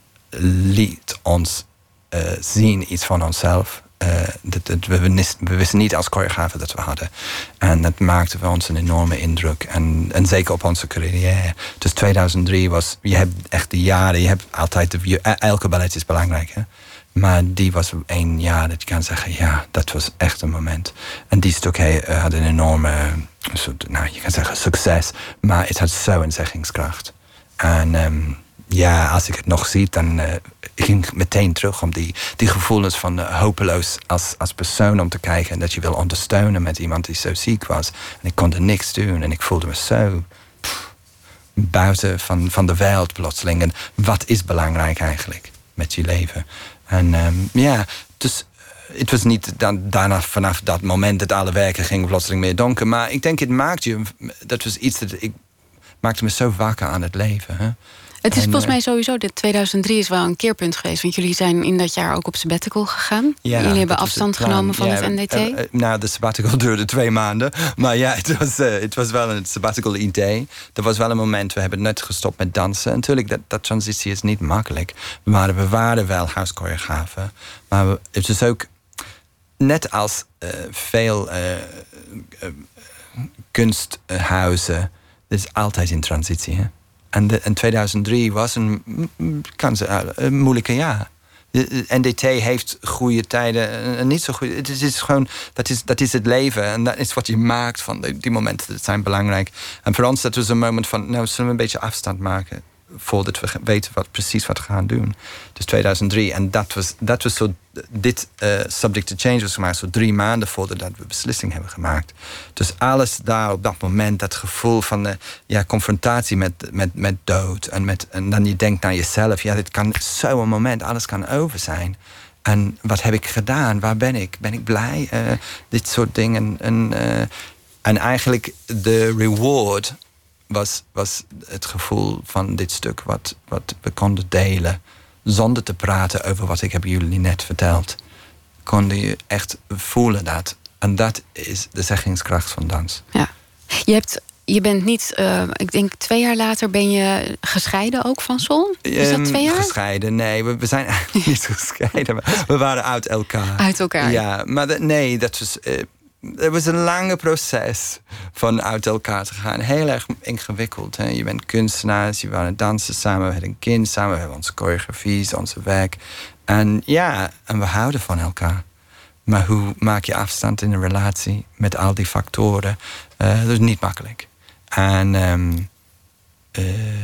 liet ons uh, zien iets van onszelf. Uh, dat, dat we, we wisten niet als choreografen dat we hadden. En dat maakte voor ons een enorme indruk. En, en zeker op onze carrière. Dus tweeduizend drie was, je hebt echt de jaren, je hebt altijd, de, elke ballet is belangrijk. Hè? Maar die was één jaar dat je kan zeggen, ja, dat was echt een moment. En die stuk uh, had een enorme, soort, nou, je kan zeggen succes. Maar het had zo'n zeggingskracht. En um, ja, als ik het nog zie, dan uh, ging ik meteen terug om die, die gevoelens van uh, hopeloos als, als persoon om te kijken. En dat je wil ondersteunen met iemand die zo ziek was. En ik kon er niks doen en ik voelde me zo pff, buiten van, van de wereld plotseling. En wat is belangrijk eigenlijk met je leven? En um, ja, dus het was niet dan, daarna vanaf dat moment dat alle werken gingen plotseling meer donker. Maar ik denk, het maakt je, dat was iets dat ik maakte me zo wakker aan het leven. Hè? Het is en, volgens mij sowieso, dit tweeduizend drie is wel een keerpunt geweest. Want jullie zijn in dat jaar ook op sabbatical gegaan. Ja, jullie hebben afstand genomen van ja, het N D T. Uh, uh, nou, de sabbatical duurde twee maanden. Maar ja, het was, uh, het was wel een sabbatical idee. Er was wel een moment, we hebben net gestopt met dansen. En natuurlijk, dat, dat transitie is niet makkelijk. Maar we waren wel huischoreografen. Maar we, het is ook, net als uh, veel uh, uh, kunsthuizen, het is altijd in transitie, hè? En, de, en tweeduizend drie was een, kan ze, een moeilijke jaar. De N D T heeft goede tijden en niet zo goede. Het is, het is gewoon, dat is, dat is het leven. En dat is wat je maakt van die, die momenten. Dat zijn belangrijk. En voor ons, dat was een moment van, nou, zullen we een beetje afstand maken voordat we weten wat, precies wat we gaan doen. Dus tweeduizend drie. En dat was, dat was zo, dit uh, Subject to Change was gemaakt zo drie maanden voordat we beslissing hebben gemaakt. Dus alles daar op dat moment, dat gevoel van uh, ja, confrontatie met, met, met dood. En, met, en dan je denkt naar jezelf, ja, dit kan zo'n moment, alles kan over zijn. En wat heb ik gedaan? Waar ben ik? Ben ik blij? Uh, dit soort dingen. En, uh, en eigenlijk de reward was, was het gevoel van dit stuk wat, wat we konden delen. Zonder te praten over wat ik heb jullie net verteld. Konden je echt voelen dat. En dat is de zeggingskracht van dans. Ja. Je, hebt, je bent niet, uh, ik denk twee jaar later ben je gescheiden ook van Sol? Is dat twee jaar? Gescheiden, nee. We, we zijn eigenlijk niet gescheiden. We waren uit elkaar. Uit elkaar? Ja, maar de, nee, dat was... Uh, Het was een lange proces van uit elkaar te gaan. Heel erg ingewikkeld. Hè? Je bent kunstenaars, je waren dansen samen, we hebben een kind samen, we hebben onze choreografie, onze werk. En ja, en we houden van elkaar. Maar hoe maak je afstand in een relatie met al die factoren? Uh, dat is niet makkelijk. En um, uh,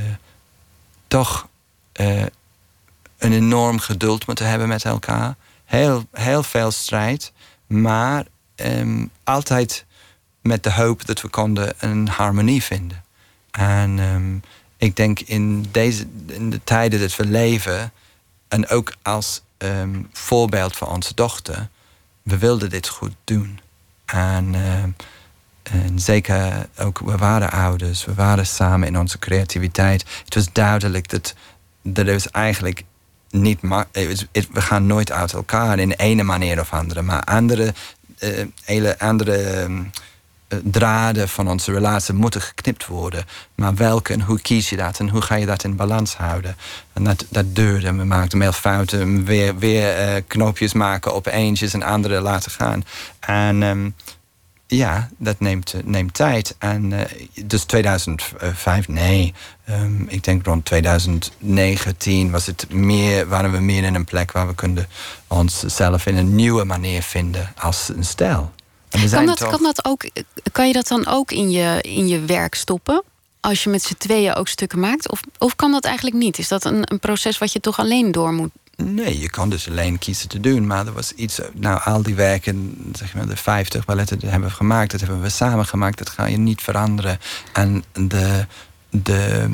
toch uh, een enorm geduld moeten hebben met elkaar. Heel, heel veel strijd, maar Um, altijd met de hoop dat we konden een harmonie vinden. En um, ik denk in, deze, in de tijden dat we leven, en ook als um, voorbeeld voor onze dochter, we wilden dit goed doen. En, um, en zeker ook, we waren ouders, we waren samen in onze creativiteit. Het was duidelijk dat, dat er was eigenlijk niet ma- we gaan nooit uit elkaar in ene manier of andere, maar andere Uh, hele andere um, draden van onze relatie moeten geknipt worden. Maar welke en hoe kies je dat? En hoe ga je dat in balans houden? En dat, dat duurde. We maakten veel fouten. Weer, weer uh, knoopjes maken op eentjes en andere laten gaan. En um, ja, dat neemt, neemt tijd. En uh, dus tweeduizend vijf, nee. Um, ik denk rond tweeduizend negentien was het meer, waren we meer in een plek waar we konden onszelf in een nieuwe manier vinden als een stijl. Kan dat, toch... kan, dat ook, kan je dat dan ook in je, in je werk stoppen? Als je met z'n tweeën ook stukken maakt? Of, of kan dat eigenlijk niet? Is dat een, een proces wat je toch alleen door moet? Nee, je kan dus alleen kiezen te doen. Maar er was iets... Nou, al die werken, zeg maar de vijftig balletten die hebben we gemaakt. Dat hebben we samen gemaakt. Dat ga je niet veranderen. En de... de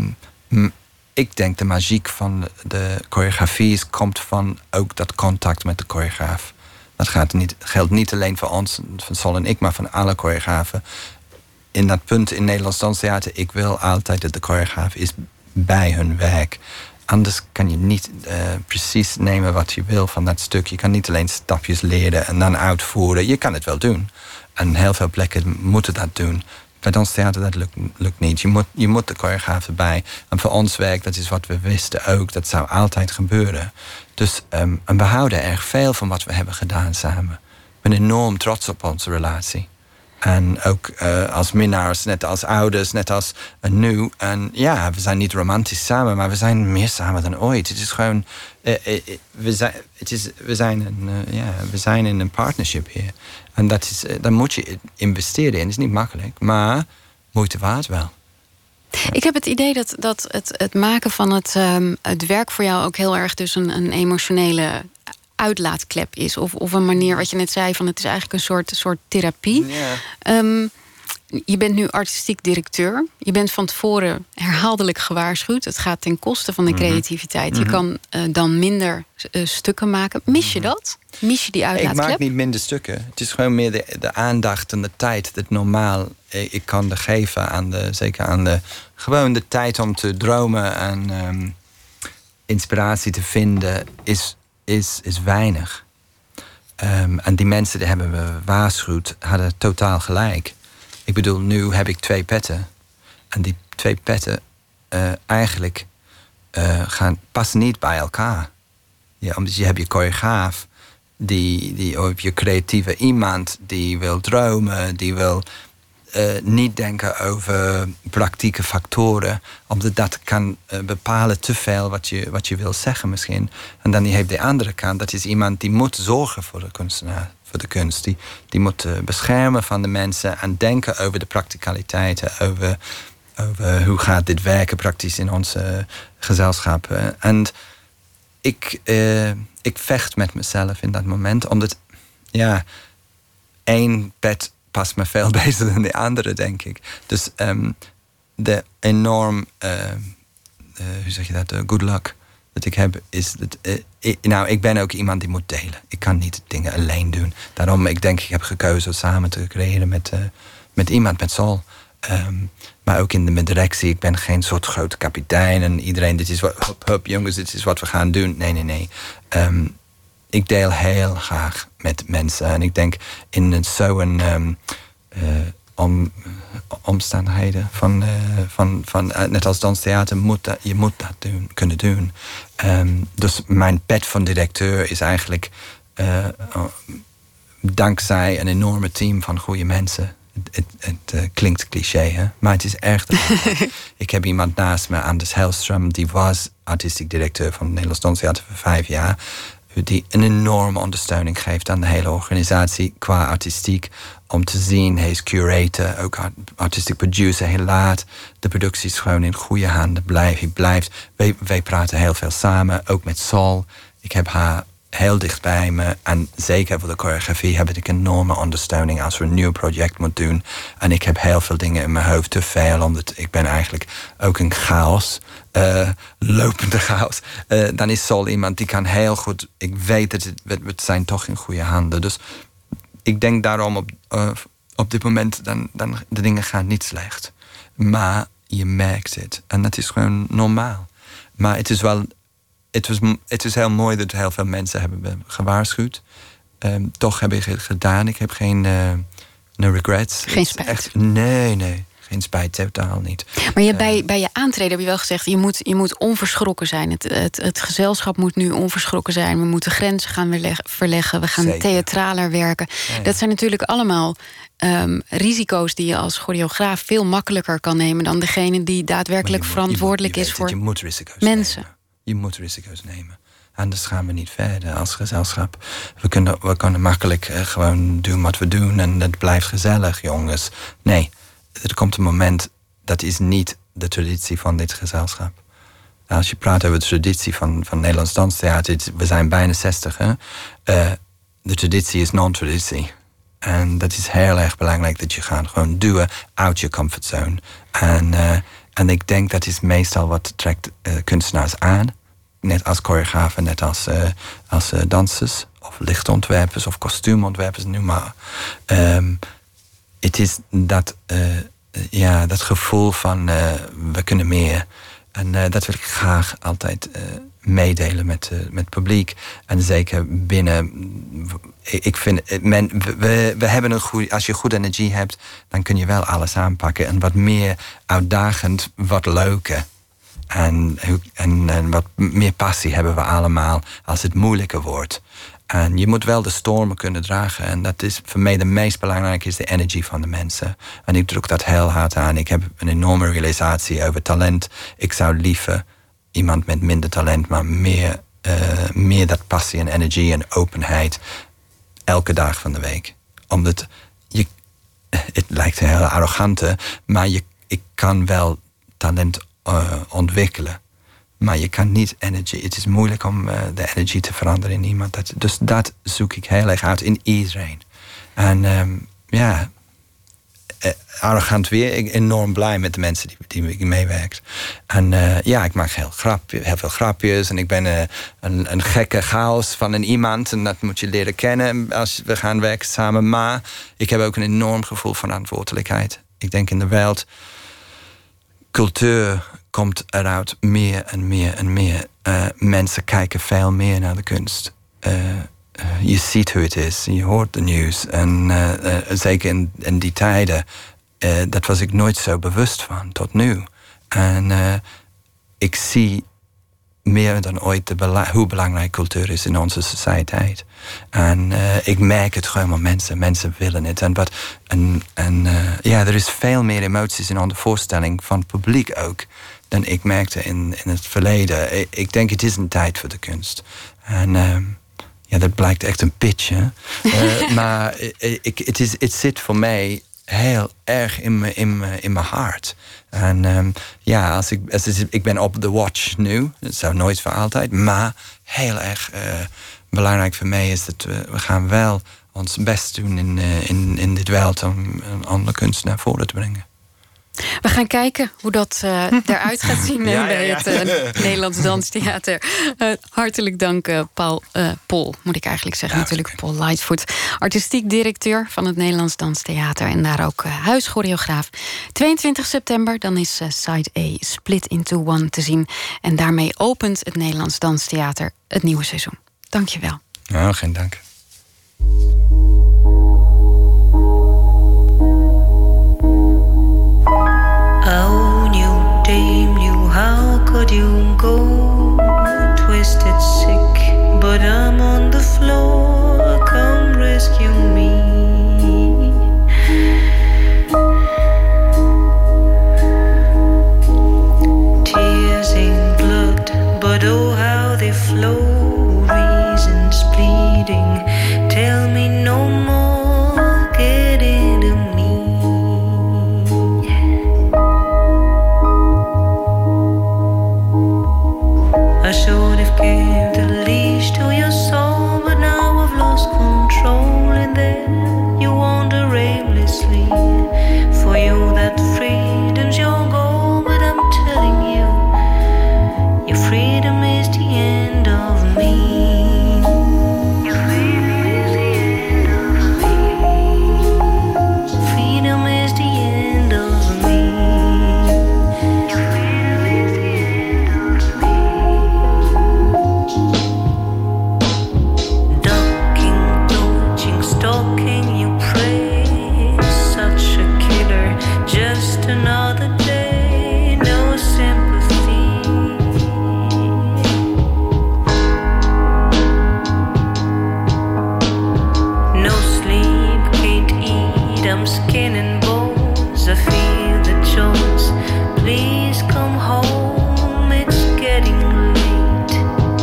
ik denk de magiek van de choreografie komt van ook dat contact met de choreograaf. Dat gaat niet, geldt niet alleen voor ons, van Sol en ik, maar van alle choreografen. In dat punt in Nederlands Danstheater, ik wil altijd dat de choreograaf is bij hun werk. Anders kan je niet uh, precies nemen wat je wil van dat stuk. Je kan niet alleen stapjes leren en dan uitvoeren. Je kan het wel doen. En heel veel plekken moeten dat doen. Bij danstheater dat lukt, lukt niet. Je moet, je moet de choreograaf erbij. En voor ons werk, dat is wat we wisten ook. Dat zou altijd gebeuren. Dus um, en we houden erg veel van wat we hebben gedaan samen. Ik ben enorm trots op onze relatie. En ook uh, als minnaars, net als ouders, net als uh, nu. En ja, we zijn niet romantisch samen, maar we zijn meer samen dan ooit. Het is gewoon, uh, uh, we, zijn, het is, we, zijn een, uh, yeah, we zijn in een partnership hier. En dat is, uh, daar moet je investeren in. Het is niet makkelijk, maar moeite waard wel. Ik heb het idee dat, dat het, het maken van het, um, het werk voor jou ook heel erg dus een, een emotionele uitlaatklep is. Of, of een manier, wat je net zei, van het is eigenlijk een soort, soort therapie. Yeah. Um, je bent nu artistiek directeur. Je bent van tevoren herhaaldelijk gewaarschuwd. Het gaat ten koste van de creativiteit. Mm-hmm. Je kan uh, dan minder uh, stukken maken. Mis je dat? Mis je die uitlaatklep? Ik maak niet minder stukken. Het is gewoon meer de, de aandacht en de tijd. Dat normaal ik kan de geven aan de, zeker aan de, gewoon de tijd om te dromen en um, inspiratie te vinden is, is, is weinig. Um, en die mensen die hebben me waarschuwd, hadden totaal gelijk. Ik bedoel, nu heb ik twee petten. En die twee petten uh, eigenlijk uh, gaan, passen niet bij elkaar. Ja, omdat je hebt je choreograaf, die, die, of je creatieve iemand die wil dromen, die wil uh, niet denken over praktieke factoren. Omdat dat kan uh, bepalen te veel wat je, wat je wil zeggen misschien. En dan die heeft de andere kant, dat is iemand die moet zorgen voor de kunstenaar. Voor de kunst. Die, die moet uh, beschermen van de mensen en denken over de practicaliteiten, over, over hoe gaat dit werken praktisch in onze gezelschap. Uh, en ik, uh, ik vecht met mezelf in dat moment, omdat ja, één pet past me veel beter dan de andere, denk ik. Dus um, de enorm, uh, uh, hoe zeg je dat, uh, good luck dat ik heb, is dat, uh, ik, nou, ik ben ook iemand die moet delen. Ik kan niet dingen alleen doen. Daarom, ik denk, ik heb gekozen samen te creëren met, uh, met iemand, met Sol. Um, maar ook in de directie. Ik ben geen soort grote kapitein en iedereen, dit is wat, hup, hup, jongens, dit is wat we gaan doen. Nee, nee, nee. Um, ik deel heel graag met mensen. En ik denk in zo'n um, uh, om, omstandigheden van, uh, van, van uh, net als danstheater, moet dat, je moet dat doen, kunnen doen. Um, dus mijn pet van directeur is eigenlijk uh, uh, dankzij een enorme team van goede mensen. Het, het, het uh, klinkt cliché, hè? Maar het is echt. Ik heb iemand naast me, Anders Hellström, die was artistiek directeur van het Nederlands Danstheater voor vijf jaar. Die een enorme ondersteuning geeft aan de hele organisatie qua artistiek. Om te zien, hij is curator, ook artistic producer. Hij laat de producties gewoon in goede handen blijven. Hij blijft. Wij, wij praten heel veel samen, ook met Sol. Ik heb haar heel dicht bij me. En zeker voor de choreografie heb ik een enorme ondersteuning als we een nieuw project moeten doen. En ik heb heel veel dingen in mijn hoofd, te veel, omdat ik ben eigenlijk ook een chaos. Uh, lopende chaos. Uh, dan is Sol iemand die kan heel goed. Ik weet dat het, we, we zijn toch in goede handen. Dus ik denk daarom op, uh, op dit moment, dan, dan de dingen gaan niet slecht. Maar je merkt het. En dat is gewoon normaal. Maar het is wel. Het, was, het is heel mooi dat heel veel mensen hebben me gewaarschuwd. Um, toch heb ik het gedaan. Ik heb geen uh, No regrets. Geen spijt. Echt, nee, nee. Geen spijt, totaal niet. Maar je, bij, bij je aantreden heb je wel gezegd, je moet, je moet onverschrokken zijn. Het, het, het gezelschap moet nu onverschrokken zijn. We moeten grenzen gaan verleggen. verleggen. We gaan Zeker. theatraler werken. Ja, ja. Dat zijn natuurlijk allemaal um, risico's die je als choreograaf veel makkelijker kan nemen dan degene die daadwerkelijk moet, verantwoordelijk je moet, je is voor je moet risico's mensen. Nemen. Je moet risico's nemen. Anders gaan we niet verder als gezelschap. We kunnen, we kunnen makkelijk uh, gewoon doen wat we doen en het blijft gezellig, jongens. Nee. Er komt een moment, dat is niet de traditie van dit gezelschap. Als je praat over de traditie van, van Nederlands Danstheater, we zijn bijna zestig, hè? Uh, de traditie is non-traditie. En dat is heel erg belangrijk dat je gaat gewoon doen out your comfort zone. En, uh, en ik denk dat is meestal wat trekt uh, kunstenaars aan. Net als choreografen, net als, uh, als uh, dansers, of lichtontwerpers, of kostuumontwerpers, noem maar. Um, Het is dat, uh, ja, dat gevoel van uh, we kunnen meer. En uh, dat wil ik graag altijd uh, meedelen met, uh, met het publiek. En zeker binnen. Ik vind, men, we, we hebben een goede, als je goede energie hebt, dan kun je wel alles aanpakken. En wat meer uitdagend, wat leuker. En, en, en wat meer passie hebben we allemaal als het moeilijker wordt. En je moet wel de stormen kunnen dragen. En dat is voor mij de meest belangrijke, is de energie van de mensen. En ik druk dat heel hard aan. Ik heb een enorme realisatie over talent. Ik zou liever iemand met minder talent, maar meer, uh, meer dat passie en energie en openheid elke dag van de week. Omdat je, het lijkt heel arrogant, maar je, ik kan wel talent uh, ontwikkelen. Maar je kan niet energie. Het is moeilijk om uh, de energie te veranderen in iemand. Dat, dus dat zoek ik heel erg uit in iedereen. En um, ja, arrogant weer. Ik ben enorm blij met de mensen die, die meewerkt. En uh, ja, ik maak heel, grapje, heel veel grapjes. En ik ben uh, een, een gekke chaos van een iemand. En dat moet je leren kennen als we gaan werken samen. Maar ik heb ook een enorm gevoel van verantwoordelijkheid. Ik denk in de wereld, cultuur komt eruit meer en meer en meer. Uh, mensen kijken veel meer naar de kunst. Uh, uh, je ziet hoe het is, je hoort de nieuws. En uh, uh, zeker in, in die tijden, uh, dat was ik nooit zo bewust van, tot nu. En uh, ik zie meer dan ooit de bela- hoe belangrijk cultuur is in onze sociëteit. En uh, ik merk het gewoon, maar mensen, mensen willen het. En, wat, en, en uh, ja, er is veel meer emoties in onze voorstelling van het publiek ook dan ik merkte in, in het verleden. Ik, ik denk, het is een tijd voor de kunst. En uh, ja, dat blijkt echt een pitch, hè? uh, maar ik, het, is, het zit voor mij heel erg in mijn in in hart. En um, ja, als ik, als ik ben op the watch nu. Dat zou nooit voor altijd. Maar heel erg uh, belangrijk voor mij is dat we, we gaan wel ons best doen in, uh, in, in dit wereld om een andere kunst naar voren te brengen. We gaan kijken hoe dat uh, eruit gaat zien ja, bij ja, ja. het uh, Nederlands Danstheater. Uh, hartelijk dank, uh, Paul, uh, Paul, moet ik eigenlijk zeggen. Ja, natuurlijk Paul Lightfoot, artistiek directeur van het Nederlands Danstheater en daar ook uh, huischoreograaf. tweeëntwintig september, dan is uh, Side A Split into One te zien. En daarmee opent het Nederlands Danstheater het nieuwe seizoen. Dank je wel. Nou, geen dank. Oh, new dame, new, how could you go? Twisted, sick, but I'm on the floor. Come rescue me. Tears ain't blood, but oh, how they flow. Reasons bleeding, tell me no another day, no sympathy. No sleep, can't eat, I'm skin and bones. I feel the chills. Please come home, it's getting late.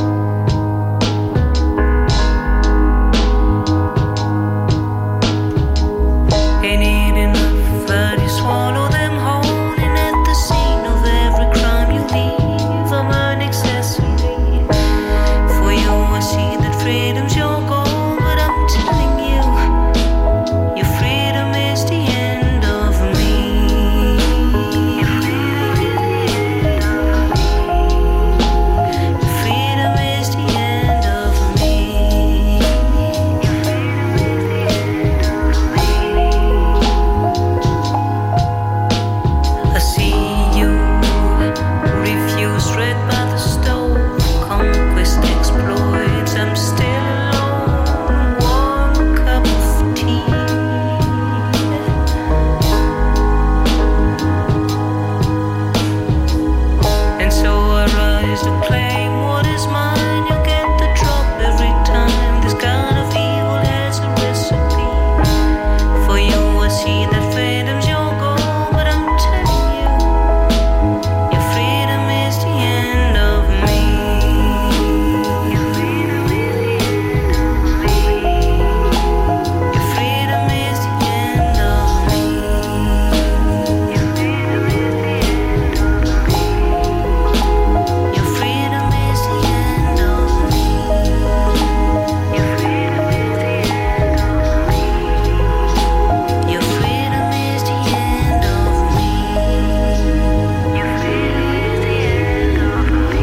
Ain't it enough that you swallow them whole? And at the scene of every crime you leave, I'm an accessory. For you I see that freedom's your goal, but I'm telling you, your freedom is the end of me. Your freedom is the end of me. Your freedom is the end of me. Your freedom is the end of me. I see you refuse read by the stove, conquest exploits. I'm still alone, warm cup of tea. And so I rise to claim what is mine. You get the drop every time. This kind of evil has a recipe. For you I see that freedom's your goal, but I'm telling you, your freedom is the end of me. Your freedom is the end of me. Your freedom is the end of me. Your freedom is the end of me. Your freedom is the end of me. Your freedom is the end of me. Your freedom is the end of me. Your freedom is the end of me.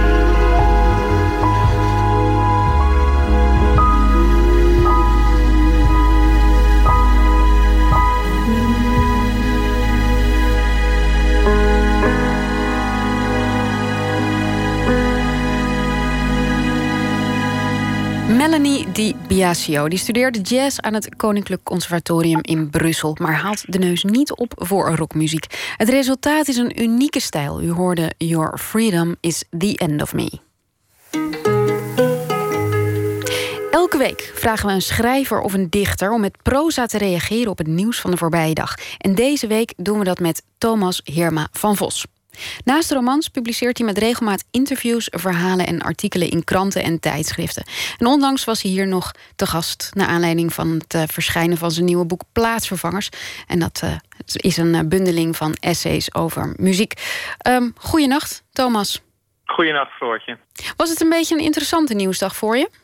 Melanie Di Biasio die studeerde jazz aan het Koninklijk Conservatorium in Brussel, maar haalt de neus niet op voor rockmuziek. Het resultaat is een unieke stijl. U hoorde Your Freedom is the End of Me. Elke week vragen we een schrijver of een dichter om met proza te reageren op het nieuws van de voorbije dag. En deze week doen we dat met Thomas Heerma van Vos. Naast romans publiceert hij met regelmaat interviews, verhalen en artikelen in kranten en tijdschriften. En onlangs was hij hier nog te gast naar aanleiding van het uh, verschijnen van zijn nieuwe boek Plaatsvervangers. En dat uh, is een uh, bundeling van essays over muziek. Um, goeienacht, Thomas. Goeienacht, Floortje. Was het een beetje een interessante nieuwsdag voor je?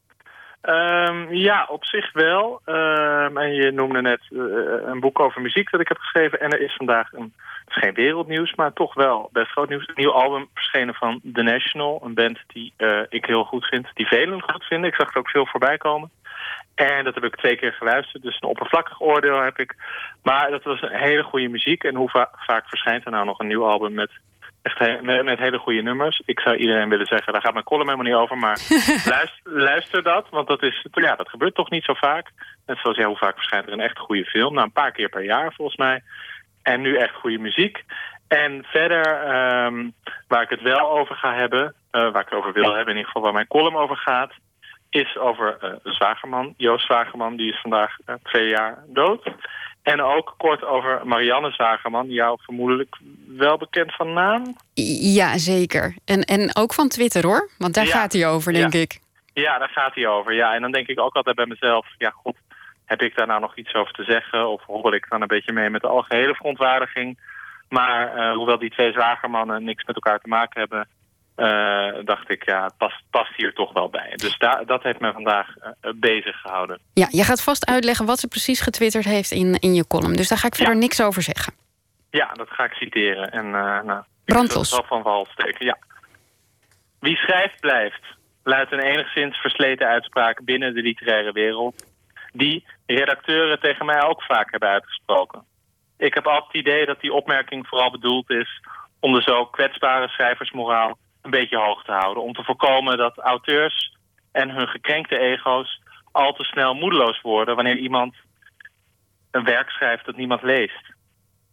Um, ja, op zich wel. Um, en je noemde net uh, een boek over muziek dat ik heb geschreven. En er is vandaag een, het is geen wereldnieuws, maar toch wel best groot nieuws. Een nieuw album verschenen van The National. Een band die uh, ik heel goed vind, die velen goed vinden. Ik zag er ook veel voorbij komen. En dat heb ik twee keer geluisterd. Dus een oppervlakkig oordeel heb ik. Maar dat was een hele goede muziek. En hoe va- vaak verschijnt er nou nog een nieuw album met... Echt he- met, met hele goede nummers. Ik zou iedereen willen zeggen, daar gaat mijn column helemaal niet over. Maar luister, luister dat, want dat, is, ja, dat gebeurt toch niet zo vaak. Net zoals, ja, hoe vaak verschijnt er een echt goede film? Nou, een paar keer per jaar volgens mij. En nu echt goede muziek. En verder, um, waar ik het wel over ga hebben... Uh, waar ik het over wil hebben, in ieder geval waar mijn column over gaat... is over uh, Zwagerman, Joost Zwagerman. Die is vandaag uh, twee jaar dood. En ook kort over Marianne Zwagerman, jou vermoedelijk wel bekend van naam. Ja, zeker. En, en ook van Twitter, hoor. Want daar ja, gaat hij over, denk ja. ik. Ja, daar gaat hij over. Ja, en dan denk ik ook altijd bij mezelf... ja, god, heb ik daar nou nog iets over te zeggen? Of hobbel ik dan een beetje mee met de algehele verontwaardiging? Maar uh, hoewel die twee Zwagermannen niks met elkaar te maken hebben... Uh, dacht ik, ja, het past, past hier toch wel bij. Dus da- dat heeft me vandaag uh, bezig gehouden. Ja, je gaat vast uitleggen wat ze precies getwitterd heeft in, in je column. Dus daar ga ik verder ja. niks over zeggen. Ja, dat ga ik citeren. En uh, nou, brandlos. Ik zal van wal steken, ja. Wie schrijft blijft, luidt een enigszins versleten uitspraak binnen de literaire wereld... die redacteuren tegen mij ook vaak hebben uitgesproken. Ik heb altijd het idee dat die opmerking vooral bedoeld is... om de zo kwetsbare schrijversmoraal een beetje hoog te houden. Om te voorkomen dat auteurs en hun gekrenkte ego's al te snel moedeloos worden... wanneer iemand een werk schrijft dat niemand leest.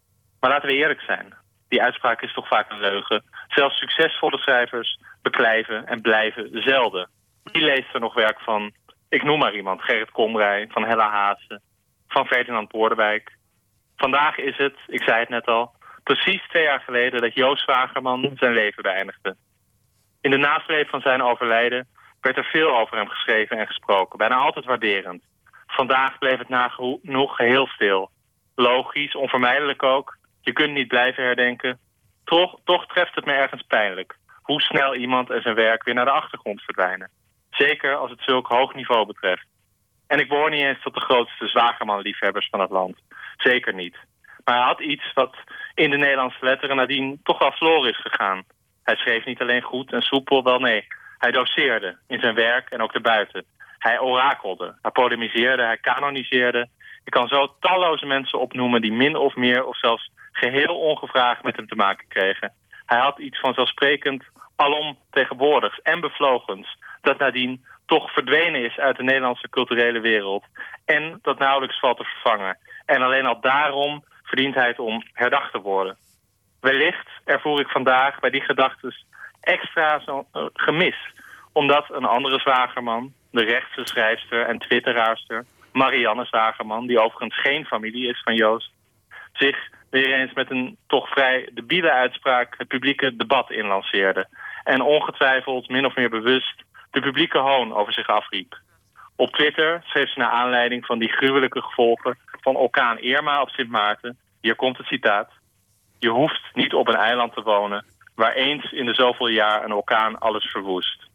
Maar laten we eerlijk zijn. Die uitspraak is toch vaak een leugen. Zelfs succesvolle schrijvers beklijven en blijven zelden. Wie leest er nog werk van, ik noem maar iemand, Gerrit Komrij, van Hella Haase, van Ferdinand Boordewijk. Vandaag is het, ik zei het net al, precies twee jaar geleden dat Joost Zwagerman zijn leven beëindigde. In de nasleep van zijn overlijden werd er veel over hem geschreven en gesproken, bijna altijd waarderend. Vandaag bleef het nagenoeg geheel stil. Logisch, onvermijdelijk ook. Je kunt niet blijven herdenken. Toch, toch treft het me ergens pijnlijk hoe snel iemand en zijn werk weer naar de achtergrond verdwijnen. Zeker als het zulk hoog niveau betreft. En ik behoor niet eens tot de grootste Zwagerman-liefhebbers van het land. Zeker niet. Maar hij had iets wat in de Nederlandse letteren nadien toch wel verloren is gegaan. Hij schreef niet alleen goed en soepel, wel nee. Hij doceerde in zijn werk en ook daarbuiten. Hij orakelde, hij polemiseerde, hij kanoniseerde. Ik kan zo talloze mensen opnoemen die min of meer of zelfs geheel ongevraagd met hem te maken kregen. Hij had iets vanzelfsprekend alomtegenwoordigs en bevlogens dat nadien toch verdwenen is uit de Nederlandse culturele wereld en dat nauwelijks valt te vervangen. En alleen al daarom verdient hij het om herdacht te worden. Wellicht ervoer ik vandaag bij die gedachtes extra zo, uh, gemis, omdat een andere Zwagerman, de rechtse schrijfster en twitteraarster Marianne Zwagerman, die overigens geen familie is van Joost, zich weer eens met een toch vrij debiele uitspraak het publieke debat inlanceerde en ongetwijfeld min of meer bewust de publieke hoon over zich afriep. Op Twitter schreef ze naar aanleiding van die gruwelijke gevolgen van orkaan Irma op Sint Maarten, hier komt het citaat: je hoeft niet op een eiland te wonen waar eens in de zoveel jaar een orkaan alles verwoest.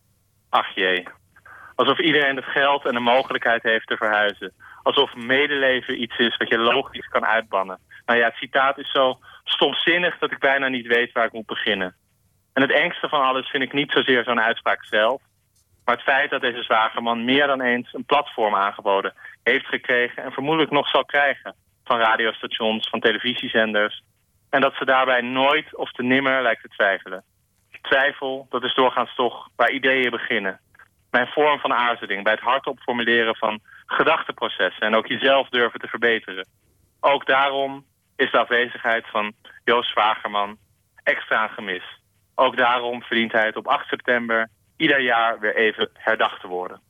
Ach jee. Alsof iedereen het geld en de mogelijkheid heeft te verhuizen. Alsof medeleven iets is wat je logisch kan uitbannen. Nou ja, het citaat is zo stomzinnig dat ik bijna niet weet waar ik moet beginnen. En het engste van alles vind ik niet zozeer zo'n uitspraak zelf, maar het feit dat deze Zwagerman meer dan eens een platform aangeboden heeft gekregen en vermoedelijk nog zal krijgen van radiostations, van televisiezenders, en dat ze daarbij nooit of te nimmer lijkt te twijfelen. Twijfel, dat is doorgaans toch waar ideeën beginnen. Mijn vorm van aarzeling bij het hardop formuleren van gedachteprocessen en ook jezelf durven te verbeteren. Ook daarom is de afwezigheid van Joost Zwagerman extra gemis. Ook daarom verdient hij het op acht september ieder jaar weer even herdacht te worden.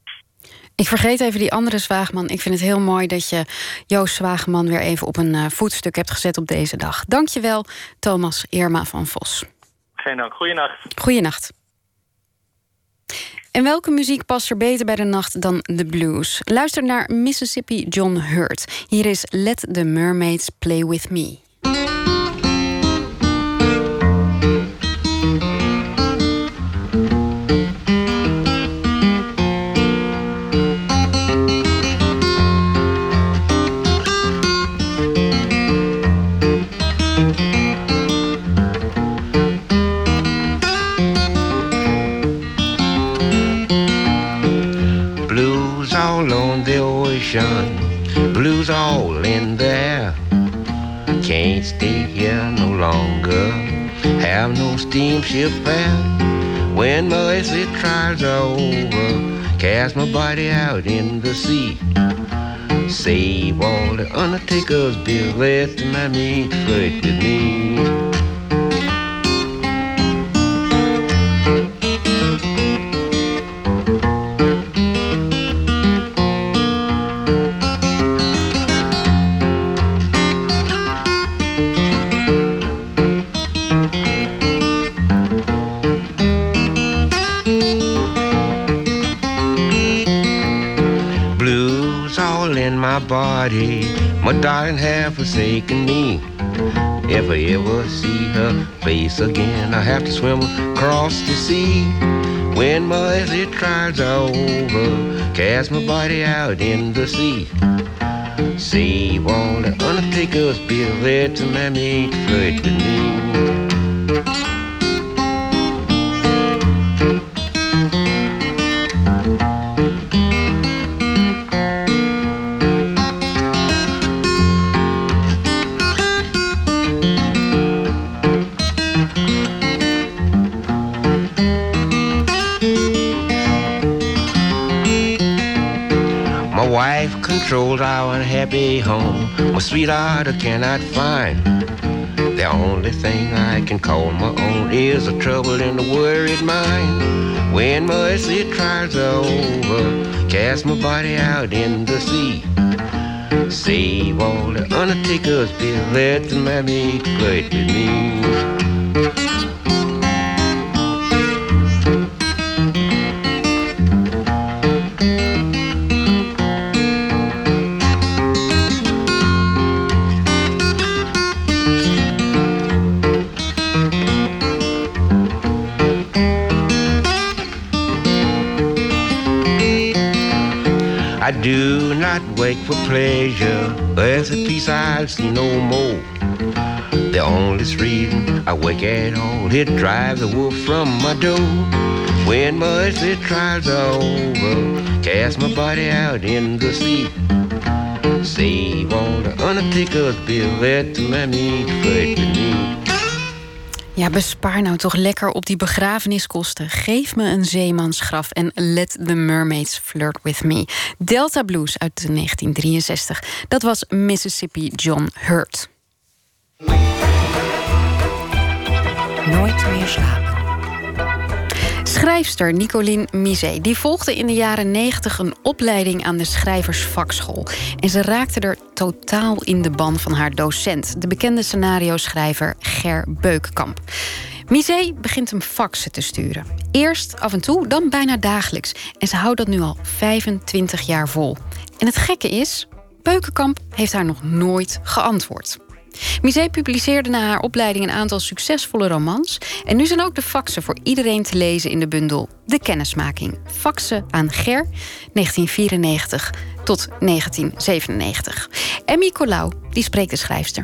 Ik vergeet even die andere Zwaagman. Ik vind het heel mooi dat je Joost Zwageman weer even op een uh, voetstuk hebt gezet op deze dag. Dank je wel, Thomas Irma van Vos. Geen dank. Goeienacht. Goeienacht. En welke muziek past er beter bij de nacht dan de blues? Luister naar Mississippi John Hurt. Hier is Let the Mermaids Play With Me. Blues all in there. Can't stay here no longer. Have no steamship fare. When my earthly trials are over, cast my body out in the sea. Save all the undertaker's bills. Let my meat flirt with me. Body, my darling have forsaken me. If I ever see her face again, I have to swim across the sea. When my earthly trials are over, cast my body out in the sea. Save all the undertaker's bills, let my mate flirt with me. controls our unhappy home. My sweetheart I cannot find. The only thing I can call my own is the trouble in the worried mind. When my earthly trials are over, cast my body out in the sea. Save all the undertaker's bill, let the mammy great with me. I do not wait for pleasure, there's a peace I'll see no more. The only reason I wake at all, it drives the wolf from my door. When my earthly trials are over, cast my body out in the sea. Save all the undertaker's bill, let the mammy fight with me. Ja, bespaar nou toch lekker op die begrafeniskosten. Geef me een zeemansgraf en let the mermaids flirt with me. Delta Blues uit negentien drieënzestig. Dat was Mississippi John Hurt. Nooit meer slapen. Schrijfster Nicolien Misé die volgde in de jaren negentig een opleiding aan de schrijversvakschool. En ze raakte er totaal in de ban van haar docent, de bekende scenario-schrijver Ger Beukenkamp. Misé begint hem faxen te sturen. Eerst af en toe, dan bijna dagelijks. En ze houdt dat nu al vijfentwintig jaar vol. En het gekke is, Beukenkamp heeft haar nog nooit geantwoord. Misé publiceerde na haar opleiding een aantal succesvolle romans. En nu zijn ook de faxen voor iedereen te lezen in de bundel De Kennismaking. Faxen aan Ger, negentien vierennegentig tot negentien zevenennegentig. Emmy Colau, die spreekt de schrijfster.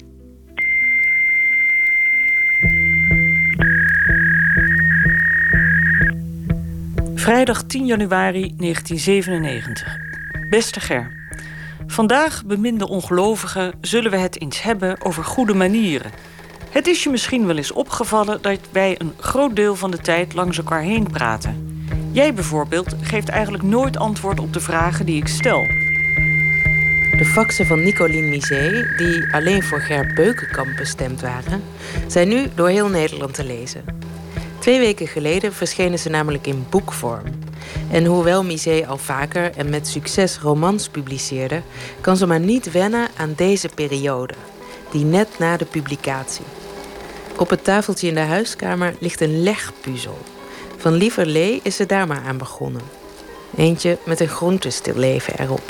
Vrijdag tien januari negentien zevenennegentig. Beste Ger. Vandaag, beminde ongelovigen, zullen we het eens hebben over goede manieren. Het is je misschien wel eens opgevallen dat wij een groot deel van de tijd langs elkaar heen praten. Jij bijvoorbeeld geeft eigenlijk nooit antwoord op de vragen die ik stel. De faxen van Nicolien Misé, die alleen voor Ger Beukenkamp bestemd waren, zijn nu door heel Nederland te lezen. Twee weken geleden verschenen ze namelijk in boekvorm. En hoewel Misé al vaker en met succes romans publiceerde, kan ze maar niet wennen aan deze periode, die net na de publicatie. Op het tafeltje in de huiskamer ligt een legpuzzel. Van lieverlee is ze daar maar aan begonnen. Eentje met een groentestilleven erop.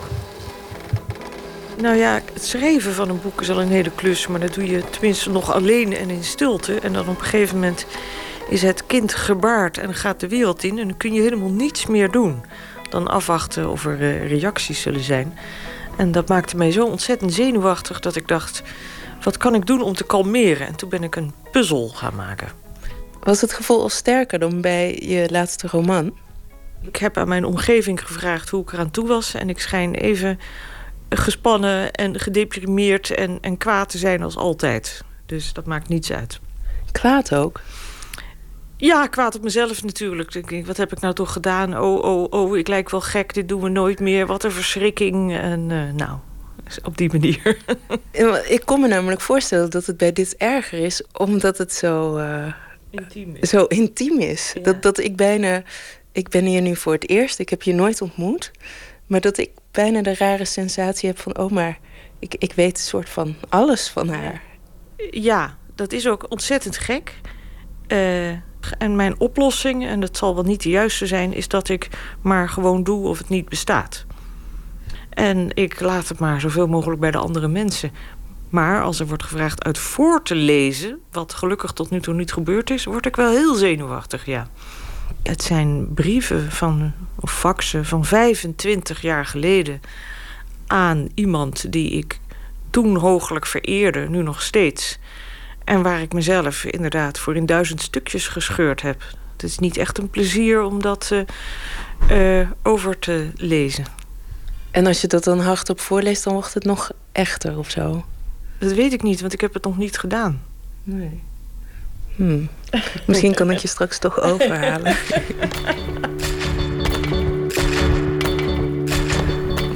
Nou ja, het schrijven van een boek is al een hele klus, maar dat doe je tenminste nog alleen en in stilte. En dan op een gegeven moment is het kind gebaard en gaat de wereld in en dan kun je helemaal niets meer doen dan afwachten of er uh, reacties zullen zijn. En dat maakte mij zo ontzettend zenuwachtig dat ik dacht, wat kan ik doen om te kalmeren? En toen ben ik een puzzel gaan maken. Was het gevoel al sterker dan bij je laatste roman? Ik heb aan mijn omgeving gevraagd hoe ik eraan toe was en ik schijn even gespannen en gedeprimeerd en, en kwaad te zijn als altijd. Dus dat maakt niets uit. Kwaad ook? Ja, kwaad op mezelf natuurlijk. Ik denk, wat heb ik nou toch gedaan? Oh, oh, oh, ik lijk wel gek, dit doen we nooit meer. Wat een verschrikking. En uh, nou, op die manier. Ik kon me namelijk voorstellen dat het bij dit erger is, omdat het zo, uh, intiem is. Zo intiem is. Ja. Dat, dat ik bijna... Ik ben hier nu voor het eerst, ik heb je nooit ontmoet. Maar dat ik bijna de rare sensatie heb van, oh, maar ik, ik weet een soort van alles van haar. Ja, dat is ook ontzettend gek. Uh, en mijn oplossing, en dat zal wel niet de juiste zijn, is dat ik maar gewoon doe of het niet bestaat. En ik laat het maar zoveel mogelijk bij de andere mensen. Maar als er wordt gevraagd uit voor te lezen, wat gelukkig tot nu toe niet gebeurd is, word ik wel heel zenuwachtig, ja. Het zijn brieven van, of faxen van vijfentwintig jaar geleden aan iemand die ik toen hooglijk vereerde, nu nog steeds. En waar ik mezelf inderdaad voor in duizend stukjes gescheurd heb. Het is niet echt een plezier om dat uh, uh, over te lezen. En als je dat dan hardop voorleest, dan wordt het nog echter of zo? Dat weet ik niet, want ik heb het nog niet gedaan. Nee. Hmm. Misschien kan ik je straks toch overhalen.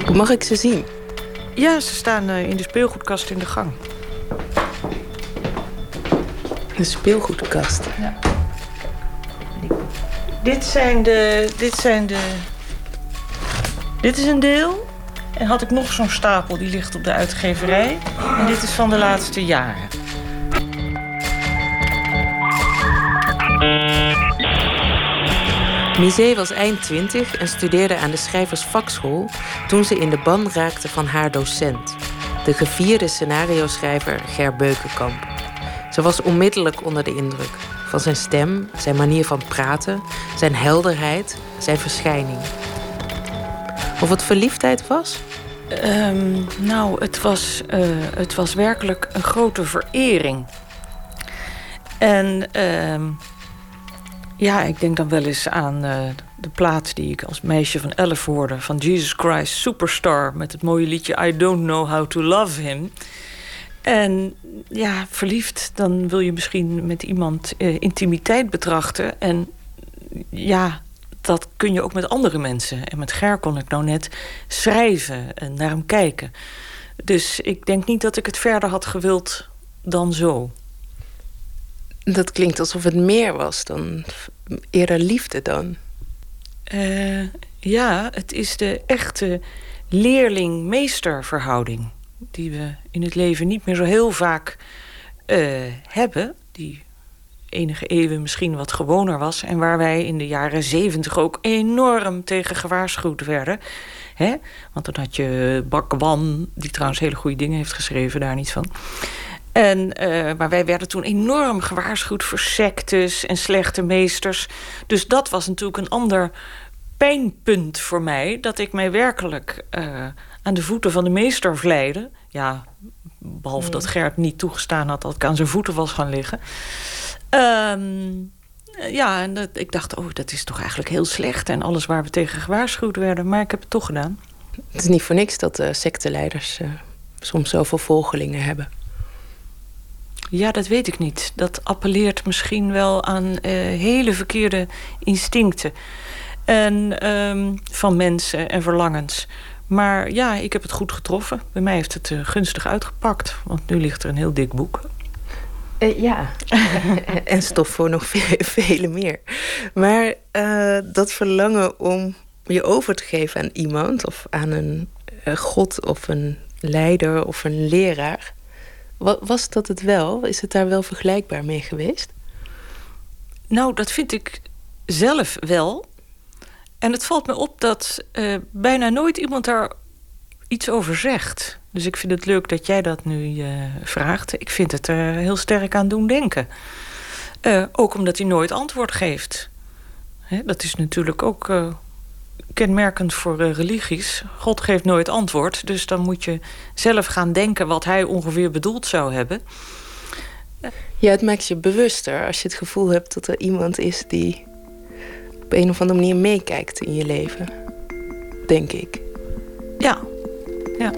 Mag ik ze zien? Ja, ze staan uh, in de speelgoedkast in de gang. Een speelgoedkast? Ja. Dit zijn de... Dit zijn de... Dit is een deel. En had ik nog zo'n stapel, die ligt op de uitgeverij. En dit is van de laatste jaren. Misé was eind twintig en studeerde aan de schrijversvakschool toen ze in de ban raakte van haar docent, de gevierde scenario-schrijver Ger Beukenkamp. Ze was onmiddellijk onder de indruk van zijn stem, zijn manier van praten, zijn helderheid, zijn verschijning. Of het verliefdheid was? Um, nou, het was, uh, het was werkelijk een grote verering. En uh, ja, ik denk dan wel eens aan uh, de plaat die ik als meisje van elf hoorde, van Jesus Christ Superstar, met het mooie liedje I Don't Know How to Love Him. En ja, verliefd, dan wil je misschien met iemand uh, intimiteit betrachten. En ja, dat kun je ook met andere mensen. En met Ger kon ik nou net schrijven en naar hem kijken. Dus ik denk niet dat ik het verder had gewild dan zo. Dat klinkt alsof het meer was dan eerder liefde dan. Uh, ja, het is de echte leerling-meester-verhouding die we in het leven niet meer zo heel vaak uh, hebben. Die enige eeuwen misschien wat gewoner was. En waar wij in de jaren zeventig ook enorm tegen gewaarschuwd werden. Hè? Want dan had je Bakwan, die trouwens hele goede dingen heeft geschreven, daar niet van. En, uh, maar wij werden toen enorm gewaarschuwd voor sectes en slechte meesters. Dus dat was natuurlijk een ander pijnpunt voor mij. Dat ik mij werkelijk uh, aan de voeten van de meester vleide. Ja, behalve mm. dat Gert niet toegestaan had dat ik aan zijn voeten was gaan liggen. Um, ja, en dat, ik dacht, oh, dat is toch eigenlijk heel slecht. En alles waar we tegen gewaarschuwd werden. Maar ik heb het toch gedaan. Het is niet voor niks dat uh, secteleiders uh, soms zoveel volgelingen hebben. Ja, dat weet ik niet. Dat appelleert misschien wel aan uh, hele verkeerde instincten. En um, van mensen en verlangens. Maar ja, ik heb het goed getroffen. Bij mij heeft het uh, gunstig uitgepakt. Want nu ligt er een heel dik boek. Uh, ja, en stof voor nog ve- vele meer. Maar uh, dat verlangen om je over te geven aan iemand... of aan een uh, god of een leider of een leraar... was dat het wel? Is het daar wel vergelijkbaar mee geweest? Nou, dat vind ik zelf wel. En het valt me op dat uh, bijna nooit iemand daar iets over zegt. Dus ik vind het leuk dat jij dat nu uh, vraagt. Ik vind het er heel sterk aan doen denken. Uh, ook omdat hij nooit antwoord geeft. Hè, dat is natuurlijk ook uh, kenmerkend voor uh, religies. God geeft nooit antwoord. Dus dan moet je zelf gaan denken wat hij ongeveer bedoeld zou hebben. Ja, het maakt je bewuster als je het gevoel hebt dat er iemand is die op een of andere manier meekijkt in je leven. Denk ik. Ja, ja.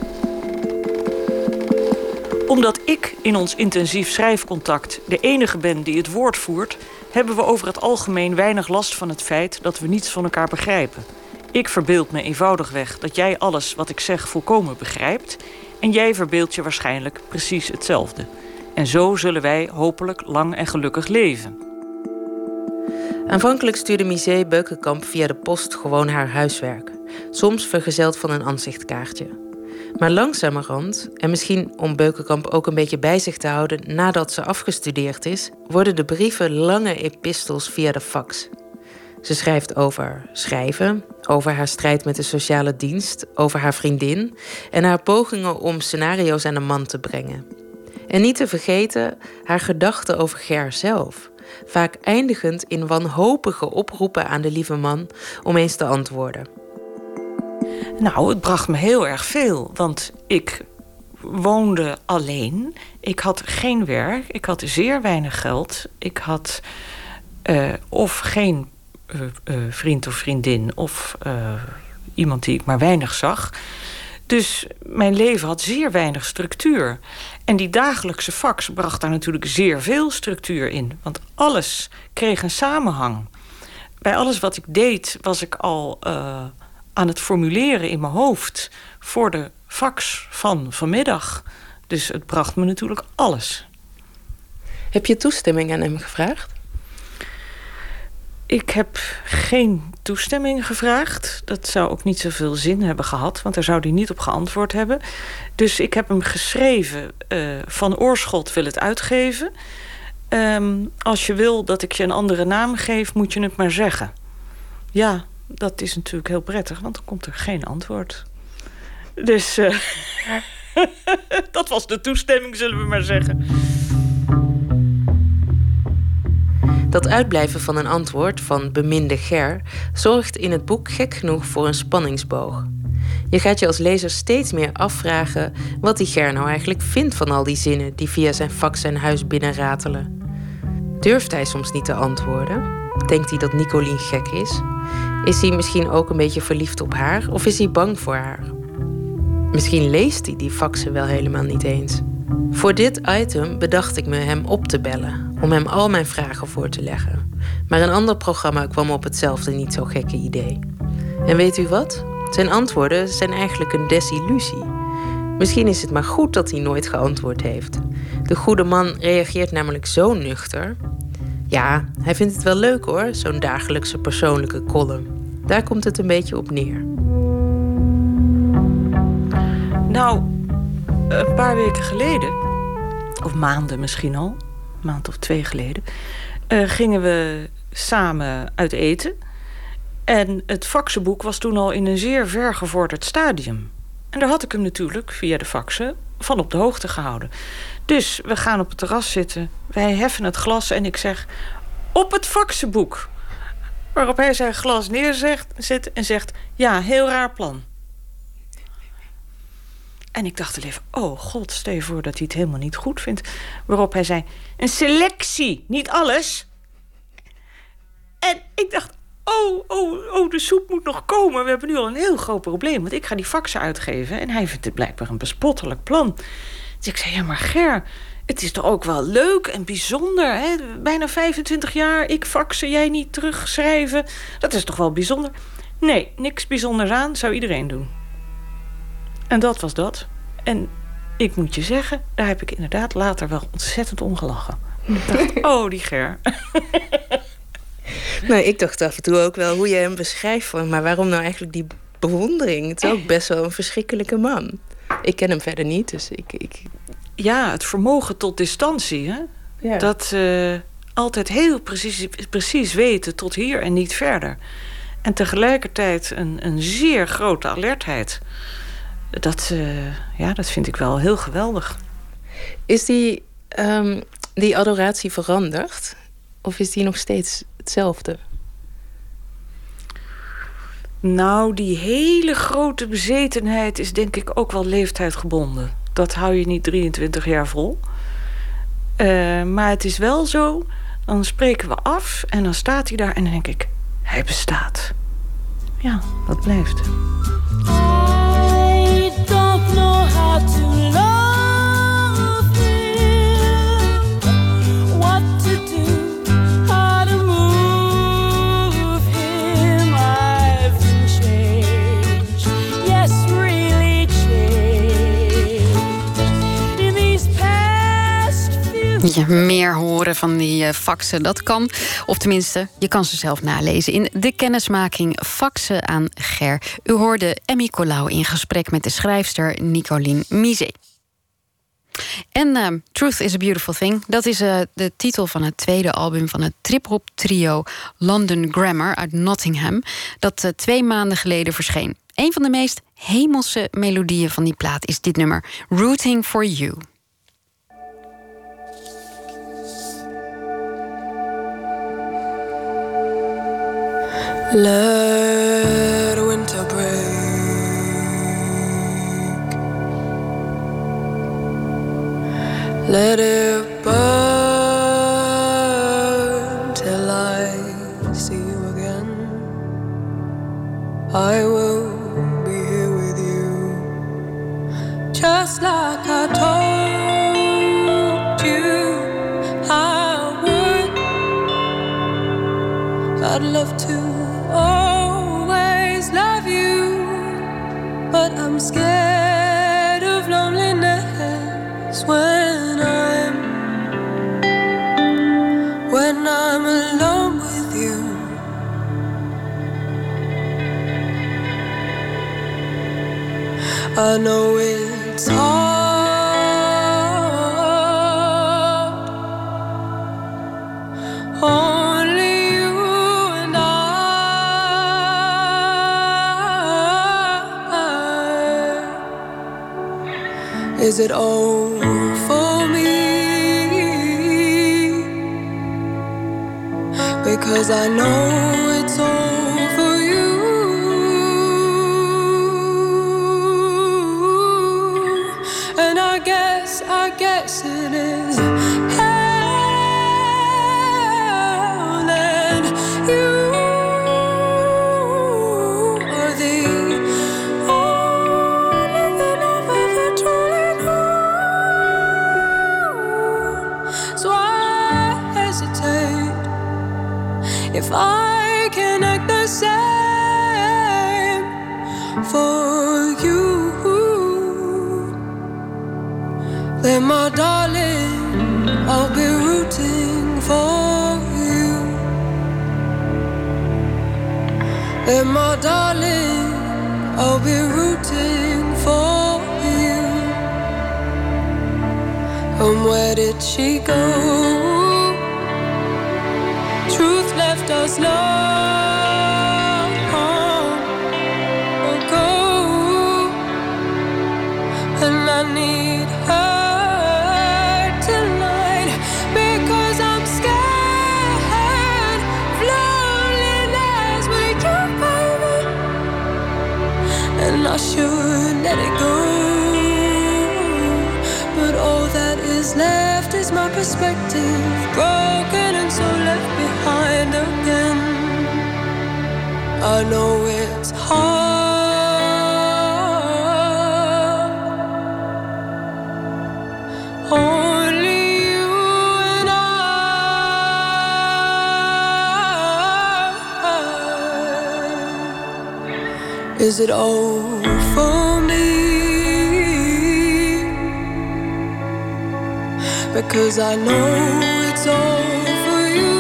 Omdat ik in ons intensief schrijfcontact de enige ben die het woord voert, hebben we over het algemeen weinig last van het feit dat we niets van elkaar begrijpen. Ik verbeeld me eenvoudigweg dat jij alles wat ik zeg volkomen begrijpt en jij verbeeldt je waarschijnlijk precies hetzelfde. En zo zullen wij hopelijk lang en gelukkig leven. Aanvankelijk stuurde Misé Beukenkamp via de post gewoon haar huiswerk. Soms vergezeld van een aanzichtkaartje. Maar langzamerhand, en misschien om Beukenkamp ook een beetje bij zich te houden nadat ze afgestudeerd is, worden de brieven lange epistels via de fax. Ze schrijft over schrijven, over haar strijd met de sociale dienst, over haar vriendin en haar pogingen om scenario's aan de man te brengen. En niet te vergeten haar gedachten over Ger zelf, vaak eindigend in wanhopige oproepen aan de lieve man om eens te antwoorden. Nou, het bracht me heel erg veel, want ik woonde alleen. Ik had geen werk, ik had zeer weinig geld. Ik had uh, of geen uh, uh, vriend of vriendin of uh, iemand die ik maar weinig zag. Dus mijn leven had zeer weinig structuur. En die dagelijkse fax bracht daar natuurlijk zeer veel structuur in. Want alles kreeg een samenhang. Bij alles wat ik deed was ik al uh, aan het formuleren in mijn hoofd voor de fax van vanmiddag. Dus het bracht me natuurlijk alles. Heb je toestemming aan hem gevraagd? Ik heb geen toestemming gevraagd. Dat zou ook niet zoveel zin hebben gehad, want daar zou hij niet op geantwoord hebben. Dus ik heb hem geschreven, uh, van Oorschot wil het uitgeven. Um, als je wil dat ik je een andere naam geef, moet je het maar zeggen. Ja, dat is natuurlijk heel prettig, want dan komt er geen antwoord. Dus uh, dat was de toestemming, zullen we maar zeggen. Dat uitblijven van een antwoord van beminde Ger zorgt in het boek gek genoeg voor een spanningsboog. Je gaat je als lezer steeds meer afvragen wat die Ger nou eigenlijk vindt van al die zinnen die via zijn fax zijn huis binnenratelen. Durft hij soms niet te antwoorden? Denkt hij dat Nicolien gek is? Is hij misschien ook een beetje verliefd op haar of is hij bang voor haar? Misschien leest hij die faxen wel helemaal niet eens. Voor dit item bedacht ik me hem op te bellen, om hem al mijn vragen voor te leggen. Maar een ander programma kwam op hetzelfde niet zo gekke idee. En weet u wat? Zijn antwoorden zijn eigenlijk een desillusie. Misschien is het maar goed dat hij nooit geantwoord heeft. De goede man reageert namelijk zo nuchter. Ja, hij vindt het wel leuk hoor, zo'n dagelijkse persoonlijke column. Daar komt het een beetje op neer. Nou, een paar weken geleden, of maanden misschien al, een maand of twee geleden, uh, gingen we samen uit eten. En het faxenboek was toen al in een zeer vergevorderd stadium. En daar had ik hem natuurlijk via de faxen van op de hoogte gehouden. Dus we gaan op het terras zitten, wij heffen het glas en ik zeg, op het faxenboek. Waarop hij zijn glas neerzet en zegt, ja, heel raar plan. En ik dacht even, oh god, stel je voor dat hij het helemaal niet goed vindt. Waarop hij zei, een selectie, niet alles. En ik dacht, oh, oh, oh, de soep moet nog komen. We hebben nu al een heel groot probleem, want ik ga die faxen uitgeven. En hij vindt het blijkbaar een bespottelijk plan. Dus ik zei, ja maar Ger, het is toch ook wel leuk en bijzonder. Hè? Bijna vijfentwintig jaar, ik faxen, jij niet terugschrijven. Dat is toch wel bijzonder? Nee, niks bijzonders aan, zou iedereen doen. En dat was dat. En ik moet je zeggen, daar heb ik inderdaad later wel ontzettend om gelachen. Ik dacht, oh, die Ger. Nou, ik dacht af en toe ook wel hoe je hem beschrijft. Maar waarom nou eigenlijk die bewondering? Het is ook best wel een verschrikkelijke man. Ik ken hem verder niet, dus ik... ik... Ja, het vermogen tot distantie, hè? Ja. Dat uh, altijd heel precies, precies weten tot hier en niet verder. En tegelijkertijd een, een zeer grote alertheid. Dat, uh, ja, dat vind ik wel heel geweldig. Is die, um, die adoratie veranderd? Of is die nog steeds hetzelfde? Nou, die hele grote bezetenheid is denk ik ook wel leeftijdgebonden. Dat hou je niet drieëntwintig jaar vol. Uh, maar het is wel zo, dan spreken we af en dan staat hij daar en dan denk ik, hij bestaat. Ja, dat blijft. I don't know how to love him, what to do, how to move him. I've been changed, yes, really changed in these past few. Ja, meer horen van die uh, faxen, dat kan. Of tenminste, je kan ze zelf nalezen in de kennismaking Faxen aan Ger. U hoorde Emmy Colau in gesprek met de schrijfster Nicolien Misé. En uh, Truth is a Beautiful Thing, dat is uh, de titel van het tweede album van het trip-hop trio London Grammar uit Nottingham, dat uh, twee maanden geleden verscheen. Een van de meest hemelse melodieën van die plaat is dit nummer, Rooting for You. Let winter break. Let it burn till I see you again. I will be here with you, just like I told you I would. I'd love to always love you. I know it's hard. Only you and I. Is it all for me? Because I know it's all for you. And I guess, I guess it is hell. And you are the only thing I've ever truly known. So I hesitate if I can act the same for you. Then my darling, I'll be rooting for you. Then my darling, I'll be rooting for you. And where did she go? Truth left us long ago. And I need her tonight, because I'm scared of loneliness with you, baby. And I should let it go, but all that is left is my perspective, broken and so left behind again. I know it's hard. Only you and I. Is it all for me? Because I know it's all for you.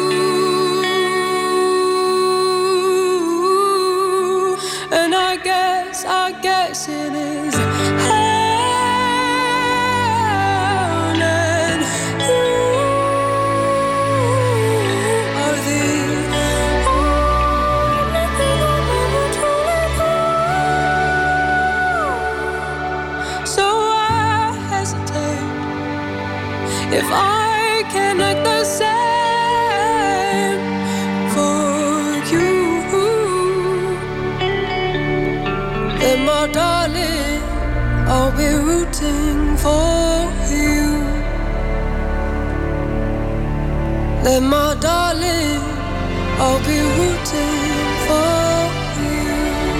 And I guess, I guess it is hell. And you are the only thing I've ever truly known. So I hesitate if I can act the same for you. Then my darling, I'll be rooting for you. Then my darling, I'll be rooting for you.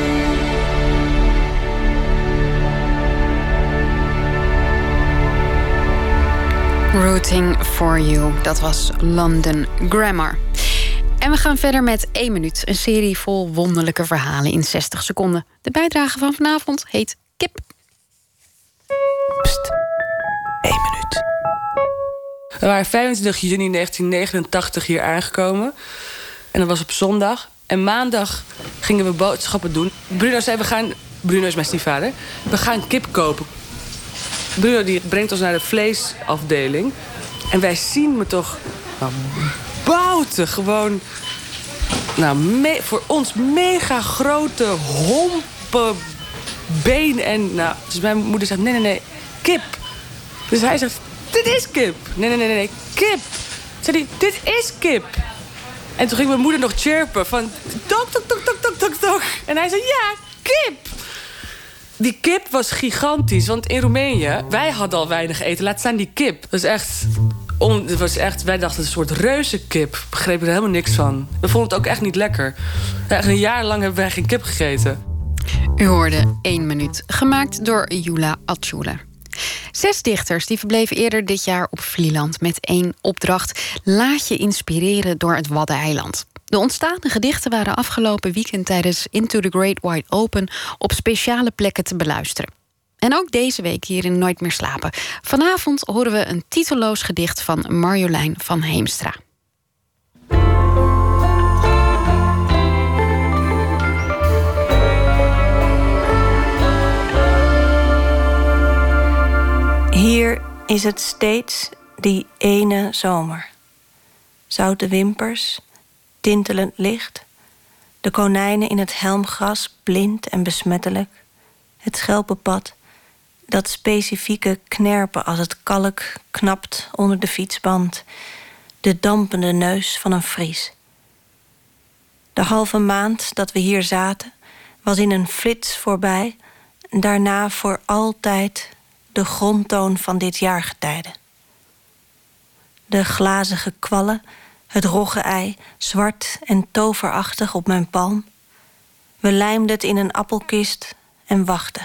Rooting for You, dat was London Grammar. En we gaan verder met één minuut. Een serie vol wonderlijke verhalen in zestig seconden. De bijdrage van vanavond heet Kip. Pst, één minuut. We waren vijfentwintig juni negentien negenentachtig hier aangekomen. En dat was op zondag. En maandag gingen we boodschappen doen. Bruno zei, we gaan... Bruno is mijn stiefvader. We gaan kip kopen. Bruno die brengt ons naar de vleesafdeling. En wij zien me toch... Nou, bouten, gewoon... Nou, me, voor ons mega grote hompen been. En nou, dus mijn moeder zegt, nee, nee, nee, kip. Dus hij zegt, dit is kip. Nee, nee, nee, nee, kip. Zei hij, dit is kip. En toen ging mijn moeder nog chirpen van... Tok, tok, tok, tok, tok, tok, tok. En hij zei, ja, kip. Die kip was gigantisch, want in Roemenië... wij hadden al weinig eten, laat staan die kip. Dat is echt... On, het was echt, wij dachten een soort reuzenkip. Begrepen er helemaal niks van. We vonden het ook echt niet lekker. Echt een jaar lang hebben wij geen kip gegeten. U hoorde één minuut, gemaakt door Jula Atschula. Zes dichters die verbleven eerder dit jaar op Vlieland met één opdracht: laat je inspireren door het Waddeneiland. De ontstaande gedichten waren afgelopen weekend tijdens Into the Great Wide Open op speciale plekken te beluisteren. En ook deze week hier in Nooit meer slapen. Vanavond horen we een titelloos gedicht van Marjolein van Heemstra. Hier is het steeds die ene zomer. Zoute wimpers, tintelend licht. De konijnen in het helmgras, blind en besmettelijk. Het schelpenpad, dat specifieke knerpen als het kalk knapt onder de fietsband. De dampende neus van een Fries. De halve maand dat we hier zaten was in een flits voorbij. Daarna voor altijd de grondtoon van dit jaargetijde. De glazige kwallen, het rogge ei, zwart en toverachtig op mijn palm. We lijmden het in een appelkist en wachten.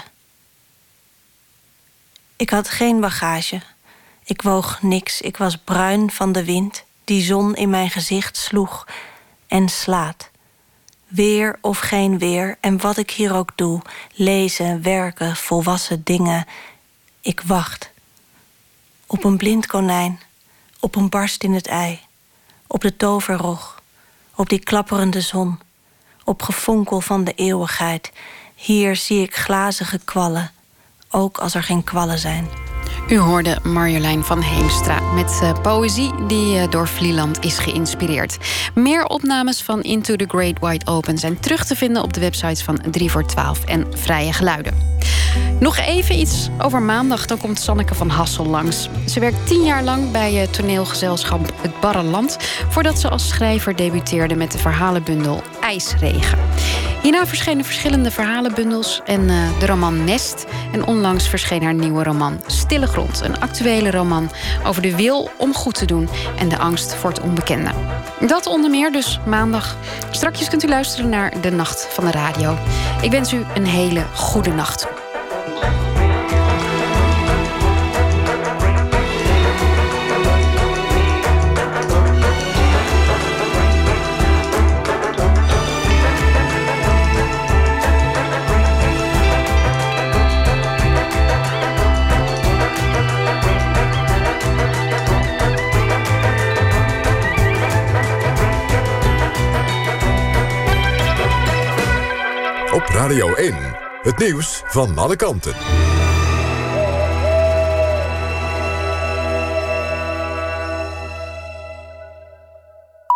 Ik had geen bagage. Ik woog niks. Ik was bruin van de wind die zon in mijn gezicht sloeg en slaat. Weer of geen weer, en wat ik hier ook doe, lezen, werken, volwassen dingen. Ik wacht. Op een blind konijn, op een barst in het ei, op de toverrog, op die klapperende zon, op gefonkel van de eeuwigheid. Hier zie ik glazige kwallen, ook als er geen kwallen zijn. U hoorde Marjolein van Heemstra met uh, poëzie die uh, door Vlieland is geïnspireerd. Meer opnames van Into the Great Wide Open zijn terug te vinden op de websites van drie voor twaalf en Vrije Geluiden. Nog even iets over maandag, dan komt Sanneke van Hassel langs. Ze werkt tien jaar lang bij het toneelgezelschap Het Barre Land, voordat ze als schrijver debuteerde met de verhalenbundel IJsregen. Hierna verschenen verschillende verhalenbundels en uh, de roman Nest. En onlangs verscheen haar nieuwe roman Stille Grond. Een actuele roman over de wil om goed te doen en de angst voor het onbekende. Dat onder meer dus maandag. Strakjes kunt u luisteren naar De Nacht van de Radio. Ik wens u een hele goede nacht toe. Op Radio één, het nieuws van alle kanten.